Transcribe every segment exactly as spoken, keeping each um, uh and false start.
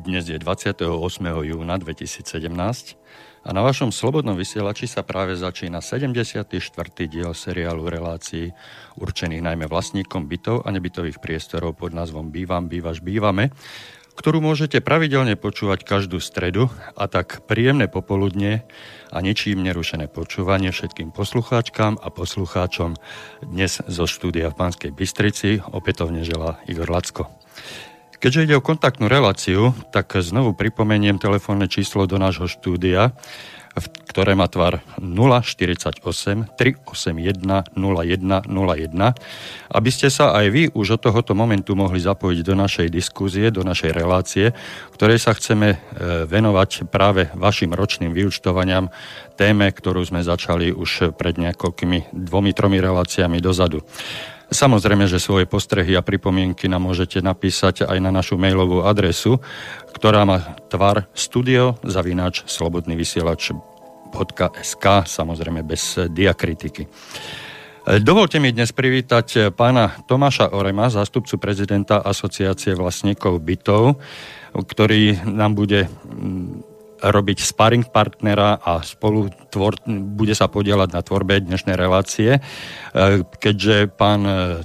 Dnes je dvadsiateho ôsmeho júna dvetisícsedemnásť a na vašom slobodnom vysielači sa práve začína sedemdesiaty štvrtý diel seriálu relácií určených najmä vlastníkom bytov a nebytových priestorov pod názvom Bývam, bývaš, bývame, ktorú môžete pravidelne počúvať každú stredu, a tak príjemné popoludnie a ničím nerušené počúvanie všetkým poslucháčkám a poslucháčom dnes zo štúdia v Banskej Bystrici opätovne želá Igor Lacko. Keďže ide o kontaktnú reláciu, tak znovu pripomeniem telefónne číslo do nášho štúdia, ktoré má tvar nula štyridsaťosem, tristoosemdesiatjeden, nula jeden nula jeden, aby ste sa aj vy už od tohoto momentu mohli zapojiť do našej diskuzie, do našej relácie, ktorej sa chceme venovať práve vašim ročným vyúčtovaniam, téme, ktorú sme začali už pred niekoľkými dvomi, tromi reláciami dozadu. Samozrejme, že svoje postrehy a pripomienky nám môžete napísať aj na našu mailovú adresu, ktorá má tvar studio zavináč slobodný vysielač bodka es ká, samozrejme bez diakritiky. Dovolte mi dnes privítať pána Tomáša Orema, zástupcu prezidenta Asociácie vlastníkov bytov, ktorý nám bude robiť sparring partnera a spolu tvor, bude sa podieľať na tvorbe dnešnej relácie, keďže pán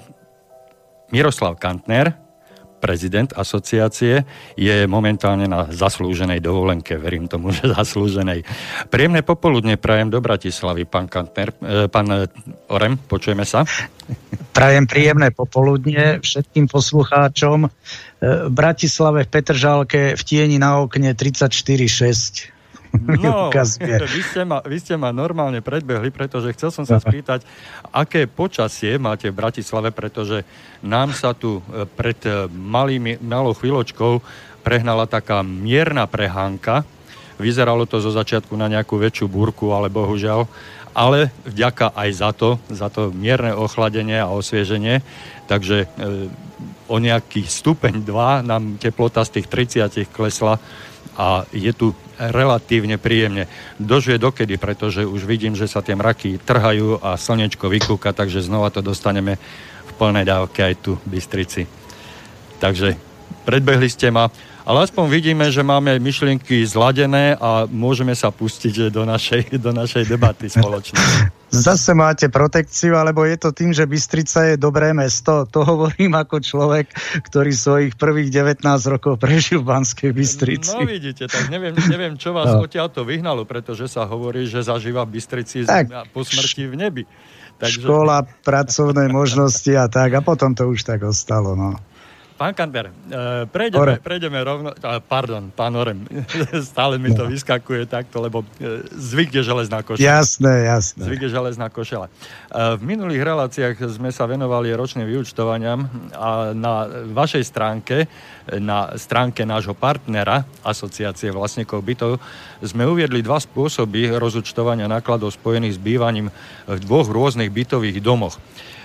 Miroslav Kantner, prezident asociácie, je momentálne na zaslúženej dovolenke, verím tomu, že zaslúženej. Príjemné popoludne prajem do Bratislavy, pán Kantner, pán Orem, počujeme sa? Prajem príjemné popoludne všetkým poslucháčom. V Bratislave v Petržalke v tieni na okne tridsaťštyri šesť. No, vy ste, ma, vy ste ma normálne predbehli, pretože chcel som sa spýtať, aké počasie máte v Bratislave, pretože nám sa tu pred malými, malou chvíľočkou prehnala taká mierna prehánka. Vyzeralo to zo začiatku na nejakú väčšiu búrku, ale bohužiaľ, ale vďaka aj za to, za to mierne ochladenie a osvieženie, takže e, o nejaký stupeň dva nám teplota z tých tridsať klesla a je tu relatívne príjemne. Dožuje dokedy, pretože už vidím, že sa tie mraky trhajú a slnečko vykúka, takže znova to dostaneme v plnej dávke aj tu v Bystrici. Takže predbehli ste ma, ale aspoň vidíme, že máme myšlienky zladené a môžeme sa pustiť do našej, do našej debaty spoločnej. Zase máte protekciu, alebo je to tým, že Bystrica je dobré mesto? To hovorím ako človek, ktorý svojich prvých devätnásť rokov prežil v Banskej Bystrici. No vidíte, tak neviem, neviem čo vás no. odtiaľ to vyhnalo, pretože sa hovorí, že zažíva v Bystrici tak, po smrti v nebi. Takže... Škola, pracovné možnosti a tak, a potom to už tak ostalo, no. Pán Kantner, prejdeme, prejdeme rovno, pardon, pán Orem, stále mi to vyskakuje takto, lebo zvyk je železná košela. Jasné, jasné. Zvyk je železná košela. V minulých reláciách sme sa venovali ročným vyúčtovaniam a na vašej stránke, na stránke nášho partnera, Asociácie vlastníkov bytov, sme uviedli dva spôsoby rozúčtovania nákladov spojených s bývaním v dvoch rôznych bytových domoch.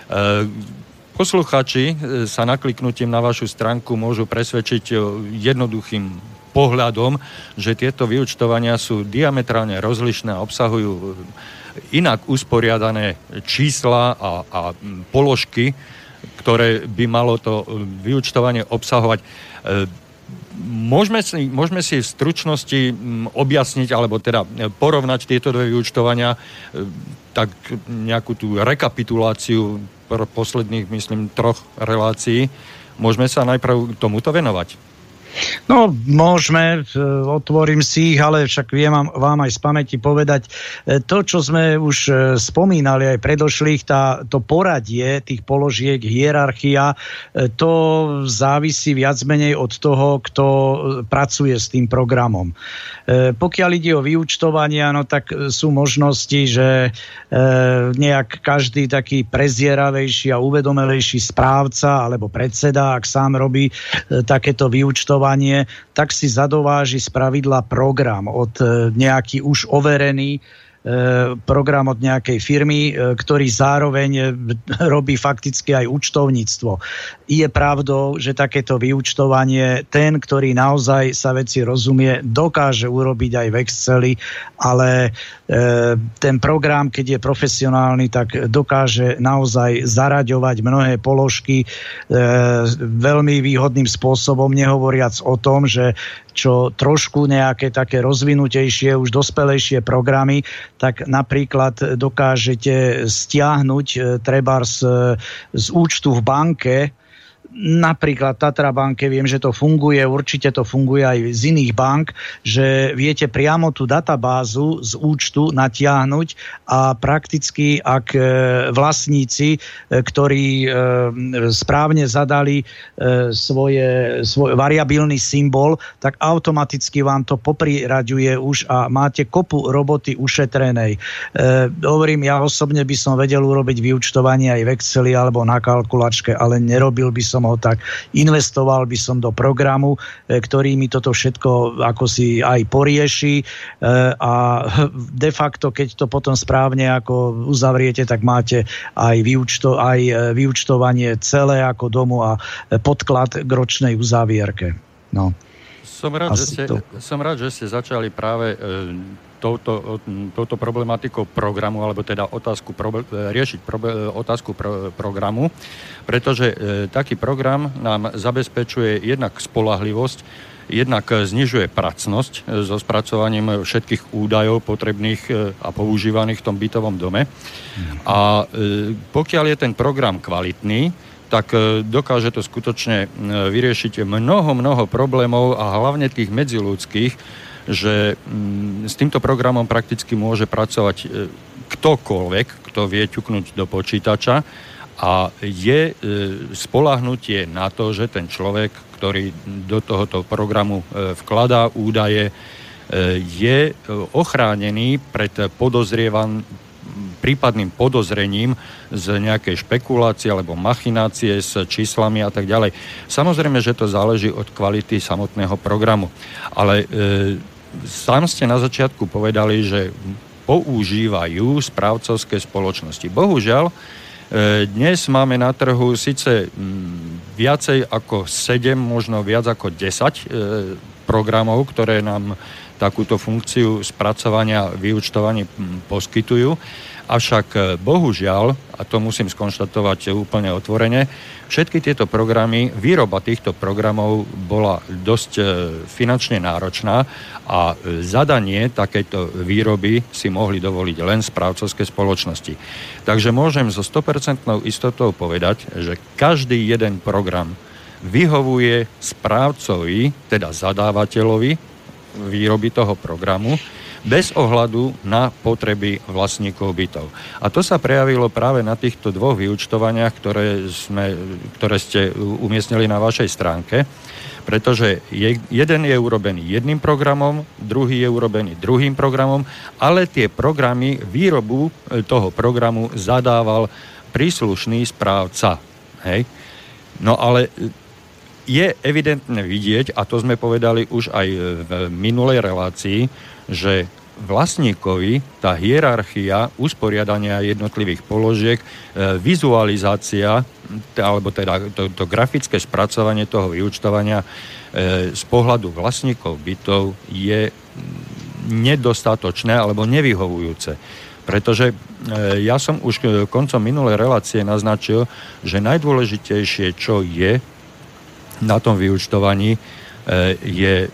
Poslucháči sa nakliknutím na vašu stránku môžu presvedčiť jednoduchým pohľadom, že tieto vyúčtovania sú diametrálne rozlišné a obsahujú inak usporiadané čísla a, a položky, ktoré by malo to vyúčtovanie obsahovať. Môžeme si, môžeme si v stručnosti objasniť, alebo teda porovnať tieto dve vyúčtovania, tak nejakú tú rekapituláciu posledných, myslím, troch relácií. Môžeme sa najprv tomuto venovať? No, môžeme, otvorím si ich, ale však viem vám aj z pamäti povedať to, čo sme už spomínali aj predošlých, tá, to poradie tých položiek, hierarchia, to závisí viac menej od toho, kto pracuje s tým programom. Pokiaľ ide o vyúčtovania, no tak sú možnosti, že nejak každý taký prezieravejší a uvedomelejší správca alebo predseda, ak sám robí takéto vyúčtovanie, tak si zadováži spravidla program od nejaký už overený program od nejakej firmy, ktorý zároveň robí fakticky aj účtovníctvo. Je pravdou, že takéto vyúčtovanie ten, ktorý naozaj sa veci rozumie, dokáže urobiť aj v Exceli, ale ten program, keď je profesionálny, tak dokáže naozaj zaraďovať mnohé položky veľmi výhodným spôsobom, nehovoriac o tom, že čo trošku nejaké také rozvinutejšie, už dospelejšie programy, tak napríklad dokážete stiahnuť treba z, z účtu v banke, napríklad Tatra banke, viem, že to funguje, určite to funguje aj z iných bank, že viete priamo tú databázu z účtu natiahnuť a prakticky, ak vlastníci, ktorí správne zadali svoje, svoj variabilný symbol, tak automaticky vám to popriraďuje už a máte kopu roboty ušetrenej. Hovorím, ja osobne by som vedel urobiť vyúčtovanie aj v Exceli alebo na kalkulačke, ale nerobil by som ho tak, investoval by som do programu, ktorý mi toto všetko ako si aj porieši a de facto, keď to potom správne ako uzavriete, tak máte aj, vyúčto, aj vyúčtovanie celé ako domu a podklad k ročnej uzávierke. No. Som rád, že ste, som rád, že ste začali práve e, touto, touto problematikou programu, alebo teda otázku, pro, riešiť pro, otázku pro, programu, pretože e, taký program nám zabezpečuje jednak spolahlivosť, jednak znižuje pracnosť e, so spracovaním všetkých údajov potrebných e, a používaných v tom bytovom dome. Mm. A e, pokiaľ je ten program kvalitný, tak dokáže to skutočne vyriešiť mnoho, mnoho problémov a hlavne tých medziľudských, že s týmto programom prakticky môže pracovať ktokoľvek, kto vie ťuknúť do počítača a je spoľahnutie na to, že ten človek, ktorý do tohoto programu vkladá údaje, je ochránený pred podozrievaním prípadným podozrením z nejakej špekulácie alebo machinácie s číslami a tak ďalej. Samozrejme, že to záleží od kvality samotného programu. Ale e, sám ste na začiatku povedali, že používajú správcovské spoločnosti. Bohužiaľ, e, dnes máme na trhu síce m, viacej ako sedem, možno viac ako desať e, programov, ktoré nám takúto funkciu spracovania, vyúčtovania poskytujú. Avšak bohužiaľ, a to musím skonštatovať úplne otvorene, všetky tieto programy, výroba týchto programov bola dosť finančne náročná a zadanie takejto výroby si mohli dovoliť len správcovské spoločnosti. Takže môžem so sto percent istotou povedať, že každý jeden program vyhovuje správcovi, teda zadávateľovi výroby toho programu, bez ohľadu na potreby vlastníkov bytov. A to sa prejavilo práve na týchto dvoch vyúčtovaniach, ktoré, sme, ktoré ste umiestnili na vašej stránke, pretože je, jeden je urobený jedným programom, druhý je urobený druhým programom, ale tie programy, výrobu toho programu zadával príslušný správca. Hej? No ale je evidentne vidieť, a to sme povedali už aj v minulej relácii, že vlastníkovi tá hierarchia usporiadania jednotlivých položiek, vizualizácia, alebo teda to, to grafické spracovanie toho vyúčtovania z pohľadu vlastníkov bytov je nedostatočné alebo nevyhovujúce. Pretože ja som už koncom minulej relácie naznačil, že najdôležitejšie, čo je na tom vyúčtovaní, je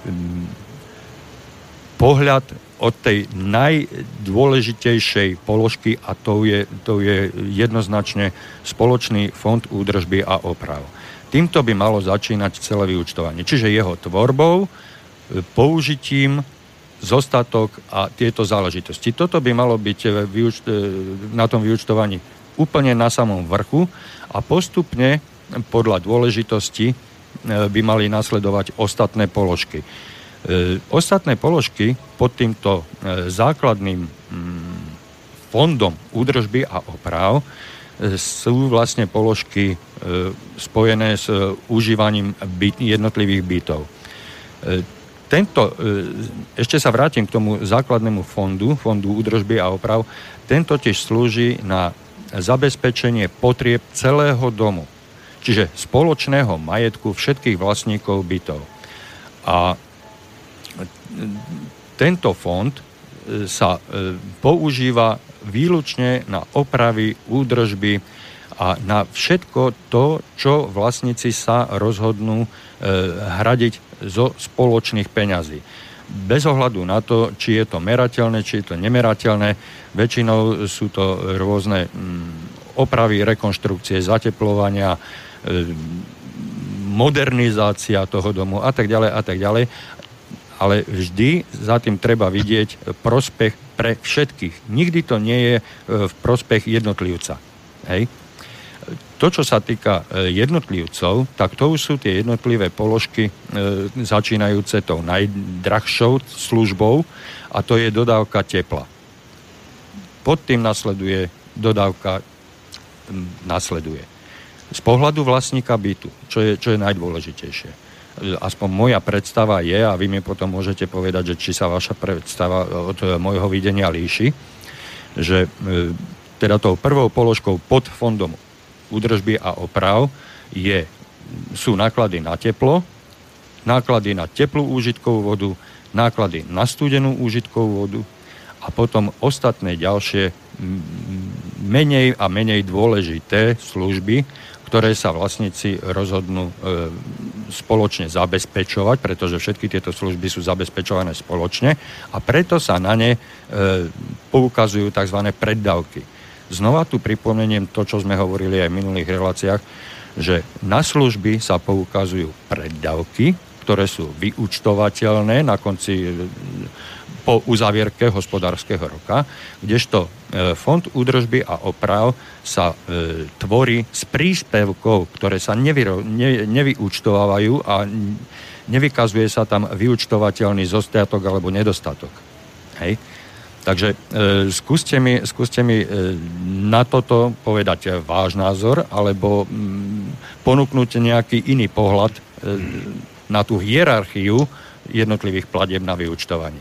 pohľad od tej najdôležitejšej položky a to je, to je jednoznačne spoločný fond údržby a oprav. Týmto by malo začínať celé vyúčtovanie. Čiže jeho tvorbou, použitím, zostatok a tieto záležitosti. Toto by malo byť na tom vyúčtovaní úplne na samom vrchu a postupne podľa dôležitosti by mali nasledovať ostatné položky. E, ostatné položky pod týmto e, základným mm, fondom údržby a oprav e, sú vlastne položky e, spojené s e, užívaním byt, jednotlivých bytov. E, tento, e, ešte sa vrátim k tomu základnému fondu, fondu údržby a oprav, tento tiež slúži na zabezpečenie potrieb celého domu, čiže spoločného majetku všetkých vlastníkov bytov. A tento fond sa používa výlučne na opravy, údržby a na všetko to, čo vlastníci sa rozhodnú e, hradiť zo spoločných peňazí. Bez ohľadu na to, či je to merateľné, či je to nemerateľné, väčšinou sú to rôzne mm, opravy, rekonštrukcie, zateplovania, e, modernizácia toho domu a tak ďalej a tak ďalej. Ale vždy za tým treba vidieť prospech pre všetkých. Nikdy to nie je v prospech jednotlivca. Hej. To, čo sa týka jednotlivcov, tak to už sú tie jednotlivé položky e, začínajúce tou najdrahšou službou a to je dodávka tepla. Pod tým nasleduje dodávka m, nasleduje. Z pohľadu vlastníka bytu, čo je, čo je najdôležitejšie. Aspoň moja predstava je, a vy mi potom môžete povedať, že či sa vaša predstava od môjho videnia líši, že e, teda tou prvou položkou pod fondom údržby a oprav je, sú náklady na teplo, náklady na teplú úžitkovú vodu, náklady na studenú úžitkovú vodu a potom ostatné ďalšie menej a menej dôležité služby, ktoré sa vlastníci rozhodnú e, spoločne zabezpečovať, pretože všetky tieto služby sú zabezpečované spoločne a preto sa na ne e, poukazujú tzv. Preddavky. Znova tu pripomeniem to, čo sme hovorili aj v minulých reláciách, že na služby sa poukazujú preddavky, ktoré sú vyúčtovateľné na konci po uzavierke hospodárskeho roka, kdežto fond údržby a oprav sa e, tvorí z príspevkov, ktoré sa nevyro, ne, nevyúčtovávajú a nevykazuje sa tam vyúčtovateľný zostatok alebo nedostatok. Hej? Takže e, skúste mi, skúste mi e, na toto povedať váš názor alebo m, ponúknuť nejaký iný pohľad e, na tú hierarchiu jednotlivých platieb na vyúčtovanie.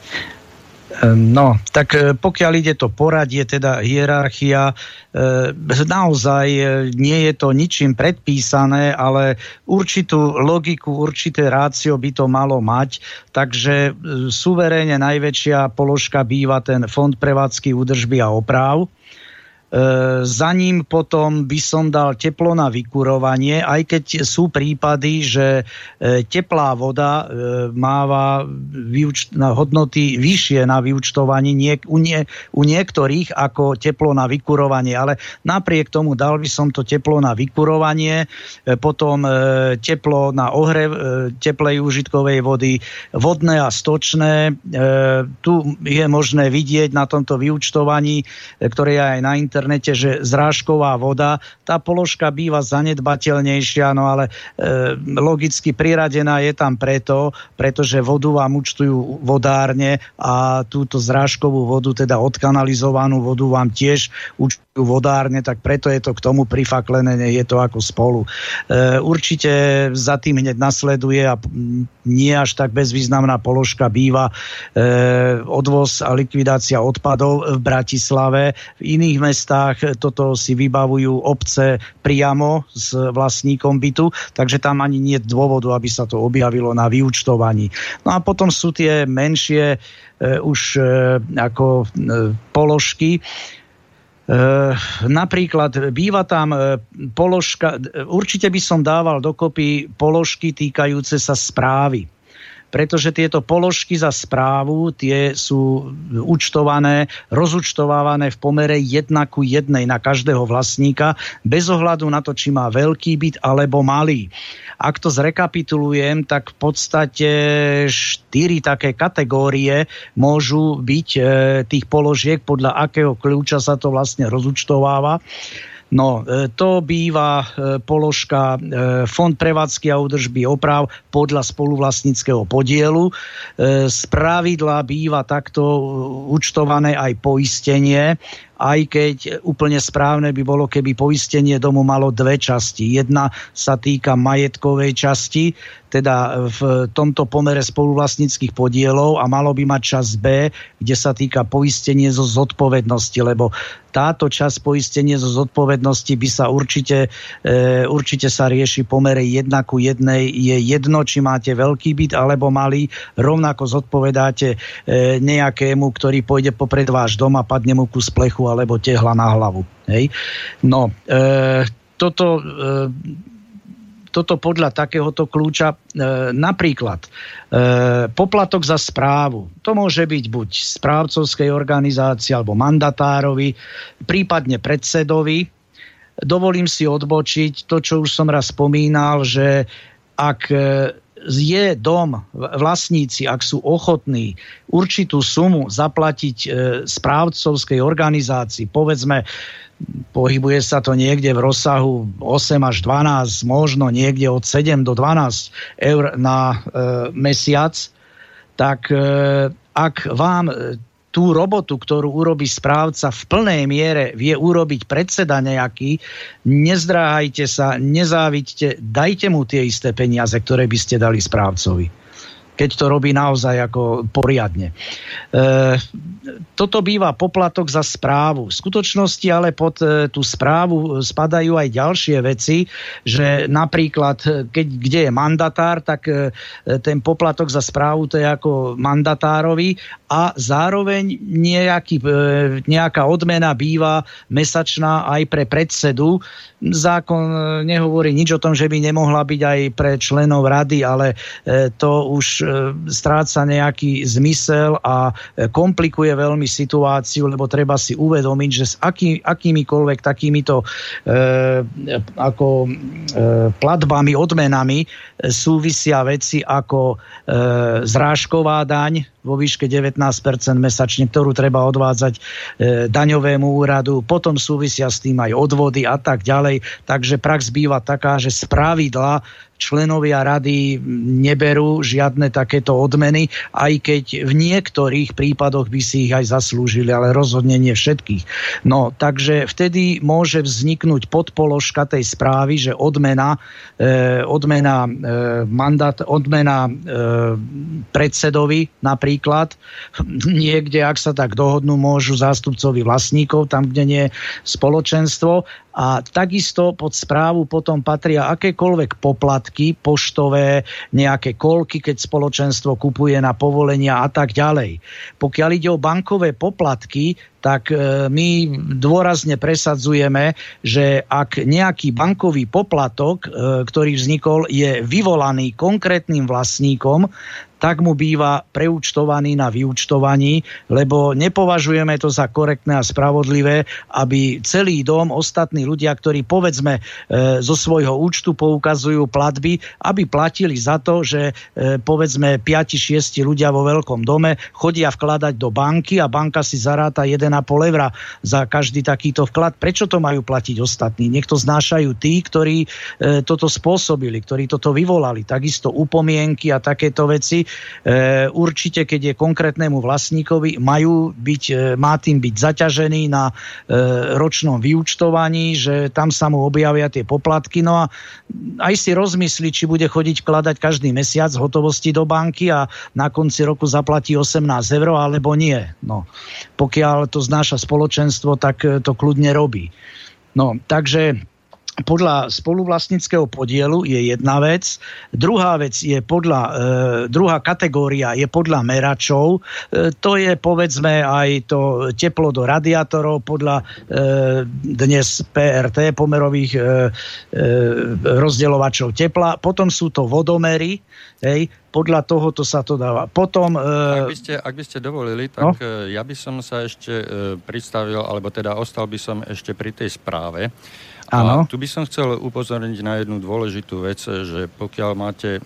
No, tak pokiaľ ide to poradie, teda hierarchia, naozaj nie je to ničím predpísané, ale určitú logiku, určité rácio by to malo mať, takže suverénne najväčšia položka býva ten fond prevádzky, údržby a oprav. E, za ním potom by som dal teplo na vykurovanie, aj keď sú prípady, že e, teplá voda e, máva vyuč- na hodnoty vyššie na vyúčtovanie nie, u, nie, u niektorých ako teplo na vykurovanie, ale napriek tomu dal by som to teplo na vykurovanie, e, potom e, teplo na ohrev e, teplej užitkovej vody, vodné a stočné. E, tu je možné vidieť na tomto vyúčtovaní, e, ktoré je aj na internete, internete, že zrážková voda, tá položka býva zanedbateľnejšia, no ale e, logicky priradená je tam preto, pretože vodu vám účtujú vodárne a túto zrážkovú vodu, teda odkanalizovanú vodu vám tiež účtujú vodárne, tak preto je to k tomu prifaklené, je to ako spolu. E, určite za tým hneď nasleduje a nie až tak bezvýznamná položka býva e, odvoz a likvidácia odpadov v Bratislave. V iných mestách toto si vybavujú obce priamo s vlastníkom bytu, takže tam ani nie je dôvodu, aby sa to objavilo na vyúčtovaní. No a potom sú tie menšie e, už e, ako e, položky. E, napríklad býva tam e, položka, určite by som dával dokopy položky týkajúce sa správy. Pretože tieto položky za správu, tie sú účtované, rozúčtovávané v pomere jedna ku jednej na každého vlastníka, bez ohľadu na to, či má veľký byt alebo malý. Ak to zrekapitulujem, tak v podstate štyri také kategórie môžu byť e, tých položiek, podľa akého kľúča sa to vlastne rozúčtováva. No, to býva položka Fond prevádzky a údržby oprav podľa spoluvlastníckeho podielu. Spravidla býva takto účtované aj poistenie, aj keď úplne správne by bolo, keby poistenie domu malo dve časti. Jedna sa týka majetkovej časti, teda v tomto pomere spoluvlastníckych podielov, a malo by mať časť B, kde sa týka poistenie zo zodpovednosti, lebo táto časť poistenie zo zodpovednosti by sa určite, e, určite sa rieši pomere jedna ku jednej. Je jedno, či máte veľký byt alebo malý, rovnako zodpovedáte e, nejakému, ktorý pôjde popred váš dom a padne mu kus plechu alebo tehla na hlavu. Hej. No, e, toto... E, Toto podľa takéhoto kľúča, e, napríklad e, poplatok za správu. To môže byť buď správcovskej organizácie alebo mandatárovi, prípadne predsedovi. Dovolím si odbočiť to, čo už som raz spomínal, že ak je dom, vlastníci, ak sú ochotní určitú sumu zaplatiť e, správcovskej organizácii, povedzme, pohybuje sa to niekde v rozsahu osem až dvanásť, možno niekde od sedem do dvanásť eur na e, mesiac, tak e, ak vám tú robotu, ktorú urobí správca v plnej miere vie urobiť predseda nejaký, nezdráhajte sa, nezávidte, dajte mu tie isté peniaze, ktoré by ste dali správcovi, keď to robí naozaj ako poriadne. E, toto býva poplatok za správu. V skutočnosti ale pod e, tú správu spadajú aj ďalšie veci, že napríklad, keď, kde je mandatár, tak e, ten poplatok za správu to je ako mandatárovi a zároveň nejaký, e, nejaká odmena býva mesačná aj pre predsedu. Zákon nehovorí nič o tom, že by nemohla byť aj pre členov rady, ale e, to už stráca nejaký zmysel a komplikuje veľmi situáciu, lebo treba si uvedomiť, že s aký, akýmikoľvek takýmito e, ako e, platbami, odmenami súvisia veci ako e, zrážková daň vo výške devätnásť percent mesačne, ktorú treba odvádzať e, daňovému úradu, potom súvisia s tým aj odvody a tak ďalej. Takže prax býva taká, že spravidla členovia rady neberú žiadne takéto odmeny, aj keď v niektorých prípadoch by si ich aj zaslúžili, ale rozhodne nie všetkých. No, takže vtedy môže vzniknúť podpoložka tej správy, že odmena, e, odmena, e, mandát, odmena e, predsedovi napríklad. Niekde, ak sa tak dohodnú, môžu zástupcovi vlastníkov, tam, kde nie je spoločenstvo. A takisto pod správu potom patria akékoľvek poplatky, poštové, nejaké kolky, keď spoločenstvo kupuje na povolenia a tak ďalej. Pokiaľ ide o bankové poplatky, tak my dôrazne presadzujeme, že ak nejaký bankový poplatok, ktorý vznikol, je vyvolaný konkrétnym vlastníkom, tak mu býva preúčtovaný na vyúčtovaní, lebo nepovažujeme to za korektné a spravodlivé, aby celý dom, ostatní ľudia, ktorí povedzme zo svojho účtu poukazujú platby, aby platili za to, že povedzme päť šesť ľudia vo veľkom dome chodia vkladať do banky a banka si zaráta jeden a pol eura za každý takýto vklad. Prečo to majú platiť ostatní? Nech to znášajú tí, ktorí toto spôsobili, ktorí toto vyvolali. Takisto upomienky a takéto veci. E, určite, keď je konkrétnemu vlastníkovi, majú byť, má tým byť zaťažený na e, ročnom vyúčtovaní, že tam sa mu objavia tie poplatky. No a aj si rozmyslí, či bude chodiť vkladať každý mesiac hotovosti do banky a na konci roku zaplatí osemnásť eur, alebo nie. No, pokiaľ to znáša spoločenstvo, tak to kľudne robí. No, takže podľa spoluvlastníckeho podielu je jedna vec. Druhá vec je podľa, e, druhá kategória je podľa meračov. E, to je povedzme aj to teplo do radiátorov podľa e, dnes pé er té, pomerových e, e, rozdeľovačov tepla. Potom sú to vodomery, hej, podľa tohoto sa to dáva. Potom, e... ak, by ste, ak by ste dovolili, tak no? ja by som sa ešte e, predstavil, alebo teda ostal by som ešte pri tej správe. A tu by som chcel upozorniť na jednu dôležitú vec, že pokiaľ máte e,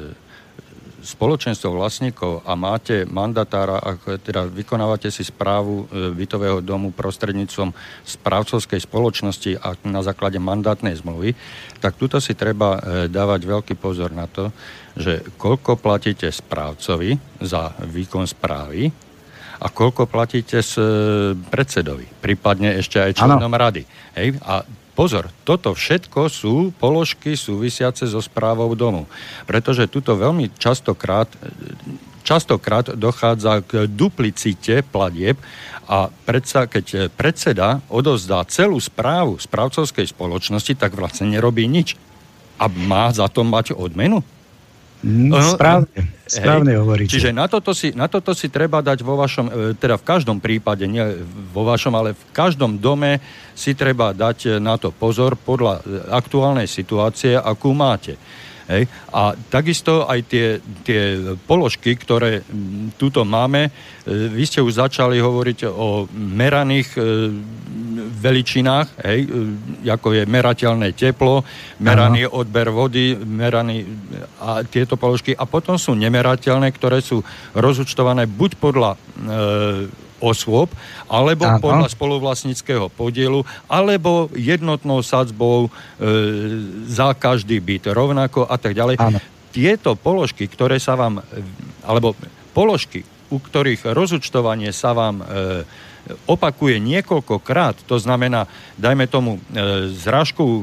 spoločenstvo vlastníkov a máte mandatára, ak teda vykonávate si správu e, bytového domu prostredníctvom správcovskej spoločnosti a na základe mandátnej zmluvy, tak tuto si treba e, dávať veľký pozor na to, že koľko platíte správcovi za výkon správy a koľko platíte s e, predsedovi, prípadne ešte aj členom ano. rady. Hej? A pozor, toto všetko sú položky súvisiace so správou domu. Pretože tuto veľmi častokrát, častokrát dochádza k duplicite platieb a predsa, keď predseda odovzdá celú správu správcovskej spoločnosti, tak vlastne nerobí nič. A má za to mať odmenu? Mm, správne, správne hovoríte. Čiže na toto, si, na toto si treba dať vo vašom, teda v každom prípade, nie vo vašom, ale v každom dome si treba dať na to pozor podľa aktuálnej situácie, akú máte. Hej. A takisto aj tie, tie položky, ktoré tuto máme, vy ste už začali hovoriť o meraných veličinách, hej, ako je merateľné teplo, meraný Aha. odber vody, meraný a tieto položky. A potom sú nemerateľné, ktoré sú rozúčtované buď podľa e, osôb, alebo Aha. podľa spoluvlastníckeho podielu, alebo jednotnou sadzbou e, za každý byt, rovnako a tak ďalej. Áno. Tieto položky, ktoré sa vám, alebo položky, u ktorých rozúčtovanie sa vám e, opakuje niekoľkokrát, to znamená, dajme tomu e, zrážku,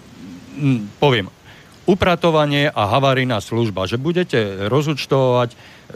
m, poviem, upratovanie a havarijná služba, že budete rozúčtovať e,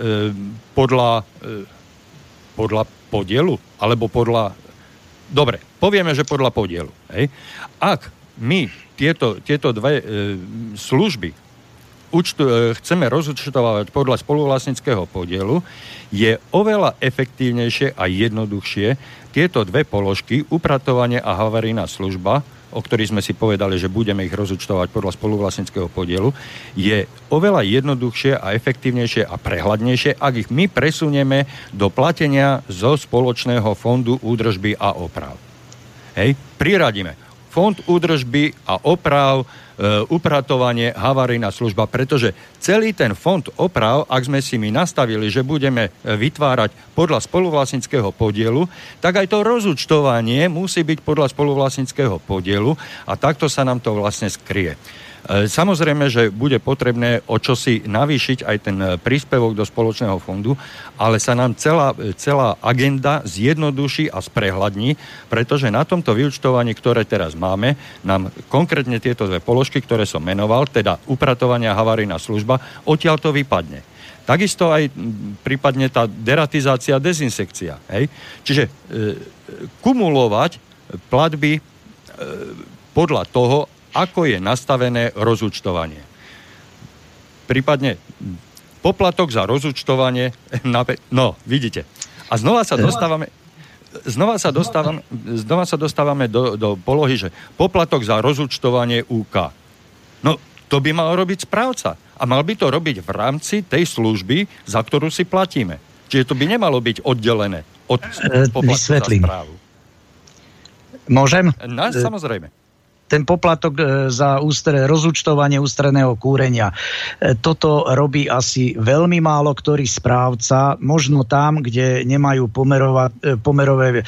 podľa e, podľa podielu, alebo podľa... Dobre, povieme, že podľa podielu. Hej? Ak my tieto, tieto dve e, služby účtu, e, chceme rozúčtovať podľa spoluvlastníckeho podielu, je oveľa efektívnejšie a jednoduchšie tieto dve položky, upratovanie a havarijná služba, o ktorých sme si povedali, že budeme ich rozúčtovať podľa spoluvlastníckeho podielu, je oveľa jednoduchšie a efektívnejšie a prehľadnejšie, ak ich my presunieme do platenia zo spoločného fondu údržby a oprav. Hej, priradíme. Fond údržby a oprav, e, upratovanie, havarijná služba, pretože celý ten fond oprav, ak sme si my nastavili, že budeme vytvárať podľa spoluvlastníckeho podielu, tak aj to rozúčtovanie musí byť podľa spoluvlastníckeho podielu a takto sa nám to vlastne skrie. Samozrejme, že bude potrebné o čosi navýšiť aj ten príspevok do spoločného fondu, ale sa nám celá, celá agenda zjednoduší a sprehľadní, pretože na tomto vyúčtovaní, ktoré teraz máme, nám konkrétne tieto dve položky, ktoré som menoval, teda upratovanie a havarijná služba, odtiaľ to vypadne. Takisto aj prípadne tá deratizácia, dezinsekcia. Hej? Čiže e, kumulovať platby e, podľa toho, ako je nastavené rozúčtovanie. Prípadne poplatok za rozúčtovanie, no, vidíte. A znova sa dostávame, znova sa dostávame, znova sa dostávame do, do polohy, že poplatok za rozúčtovanie ú ká. No, to by mal robiť správca. A mal by to robiť v rámci tej služby, za ktorú si platíme. Čiže to by nemalo byť oddelené od poplatku za správu. Môžem? No, samozrejme. Ten poplatok za ústre, rozúčtovanie ústredného kúrenia. Toto robí asi veľmi málo ktorý správca, možno tam, kde nemajú pomerova, pomerové e,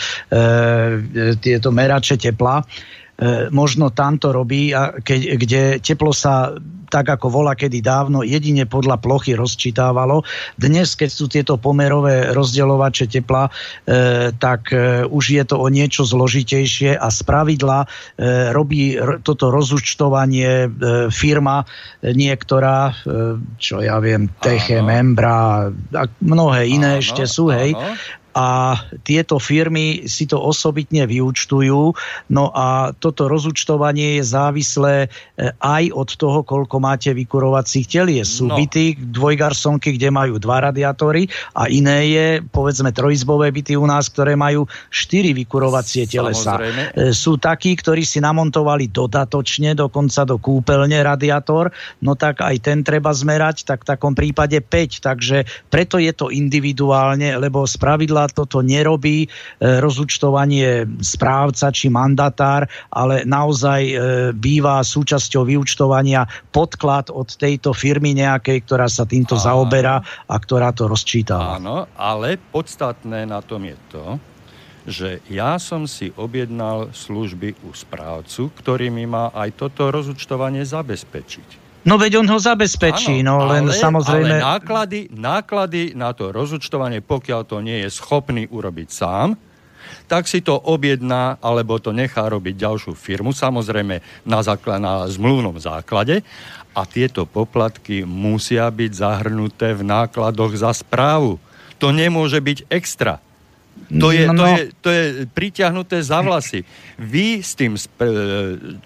tieto merače tepla. E, možno tam to robí, a keď, kde teplo sa tak ako vola kedy dávno jedine podľa plochy rozčítávalo. Dnes, keď sú tieto pomerové rozdeľovače tepla, e, tak e, už je to o niečo zložitejšie a spravidla e, robí r- toto rozúčtovanie e, firma e, niektorá, e, čo ja viem, Teche, Membra a mnohé iné áno, ešte sú, hej. Áno. A tieto firmy si to osobitne vyúčtujú. No a toto rozúčtovanie je závislé aj od toho, koľko máte vykurovacích telies. Sú no. byty, dvojgarsonky, kde majú dva radiátory a iné je, povedzme, trojizbové byty u nás, ktoré majú štyri vykurovacie telesa. Samozrejme. Sú takí, ktorí si namontovali dodatočne, dokonca do kúpeľne radiátor, no tak aj ten treba zmerať, tak v takom prípade päť. Takže preto je to individuálne, lebo spravidla toto nerobí e, rozúčtovanie správca či mandatár, ale naozaj e, býva súčasťou vyúčtovania podklad od tejto firmy nejakej, ktorá sa týmto áno. zaoberá a ktorá to rozčítava. Áno, ale podstatné na tom je to, že ja som si objednal služby u správcu, ktorý mi má aj toto rozúčtovanie zabezpečiť. No veď on ho zabezpečí, áno, no len ale, samozrejme... Ale náklady, náklady na to rozúčtovanie, pokiaľ to nie je schopný urobiť sám, tak si to objedná, alebo to nechá robiť ďalšiu firmu, samozrejme na, základ, na zmluvnom základe. A tieto poplatky musia byť zahrnuté v nákladoch za správu. To nemôže byť extra. To je, no, no. to je, to je pritiahnuté za vlasy. Vy s tým... Sp-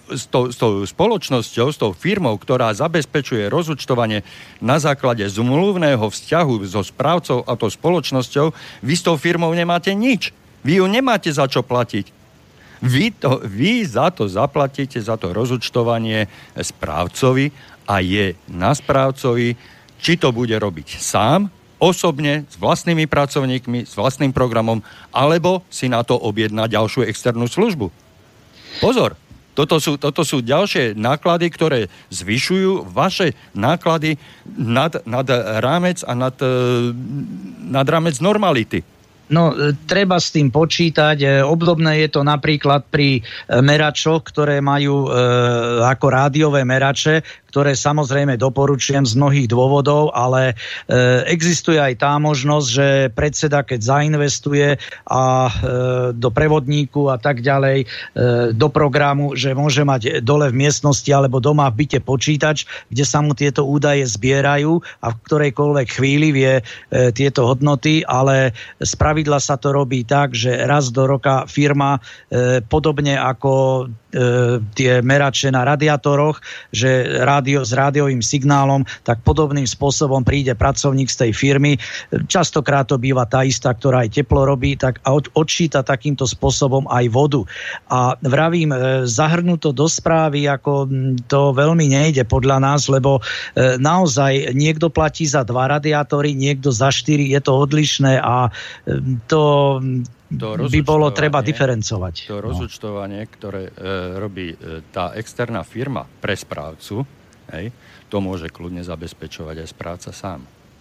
s tou, s tou spoločnosťou, s tou firmou, ktorá zabezpečuje rozúčtovanie na základe zmluvného vzťahu so správcov a tou spoločnosťou, vy s tou firmou nemáte nič. Vy ju nemáte za čo platiť. Vy, to, vy za to zaplatíte, za to rozúčtovanie správcovi a je na správcovi, či to bude robiť sám, osobne, s vlastnými pracovníkmi, s vlastným programom, alebo si na to objedná ďalšiu externú službu. Pozor, toto sú, toto sú ďalšie náklady, ktoré zvyšujú vaše náklady nad, nad rámec a nad, nad rámec normality. No, treba s tým počítať. Obdobné je to napríklad pri meračoch, ktoré majú e, ako rádiové merače, ktoré samozrejme doporučujem z mnohých dôvodov, ale e, existuje aj tá možnosť, že predseda, keď zainvestuje a e, do prevodníku a tak ďalej, e, do programu, že môže mať dole v miestnosti alebo doma v byte počítač, kde sa mu tieto údaje zbierajú a v ktorejkoľvek chvíli vie e, tieto hodnoty, ale spraviť pravidla sa to robí tak, že raz do roka firma, e, podobne ako e, tie merače na radiátoroch, že rádio s rádiovým signálom, tak podobným spôsobom príde pracovník z tej firmy. Častokrát to býva tá istá, ktorá aj teplo robí, tak a od, odčíta takýmto spôsobom aj vodu. A vravím, e, zahrnúť to do správy, ako to veľmi nejde podľa nás, lebo e, naozaj niekto platí za dva radiátory, niekto za štyri, je to odlišné a e, To, to by bolo treba diferencovať. To rozúčtovanie, ktoré e, robí e, tá externá firma pre správcu, hej, to môže kľudne zabezpečovať aj správca sám.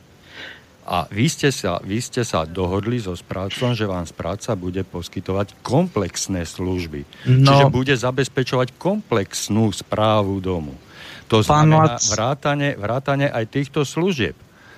A vy ste, sa, vy ste sa dohodli so správcom, že vám správca bude poskytovať komplexné služby. No. Čiže bude zabezpečovať komplexnú správu domu. To znamená vrátane, vrátane aj týchto služieb.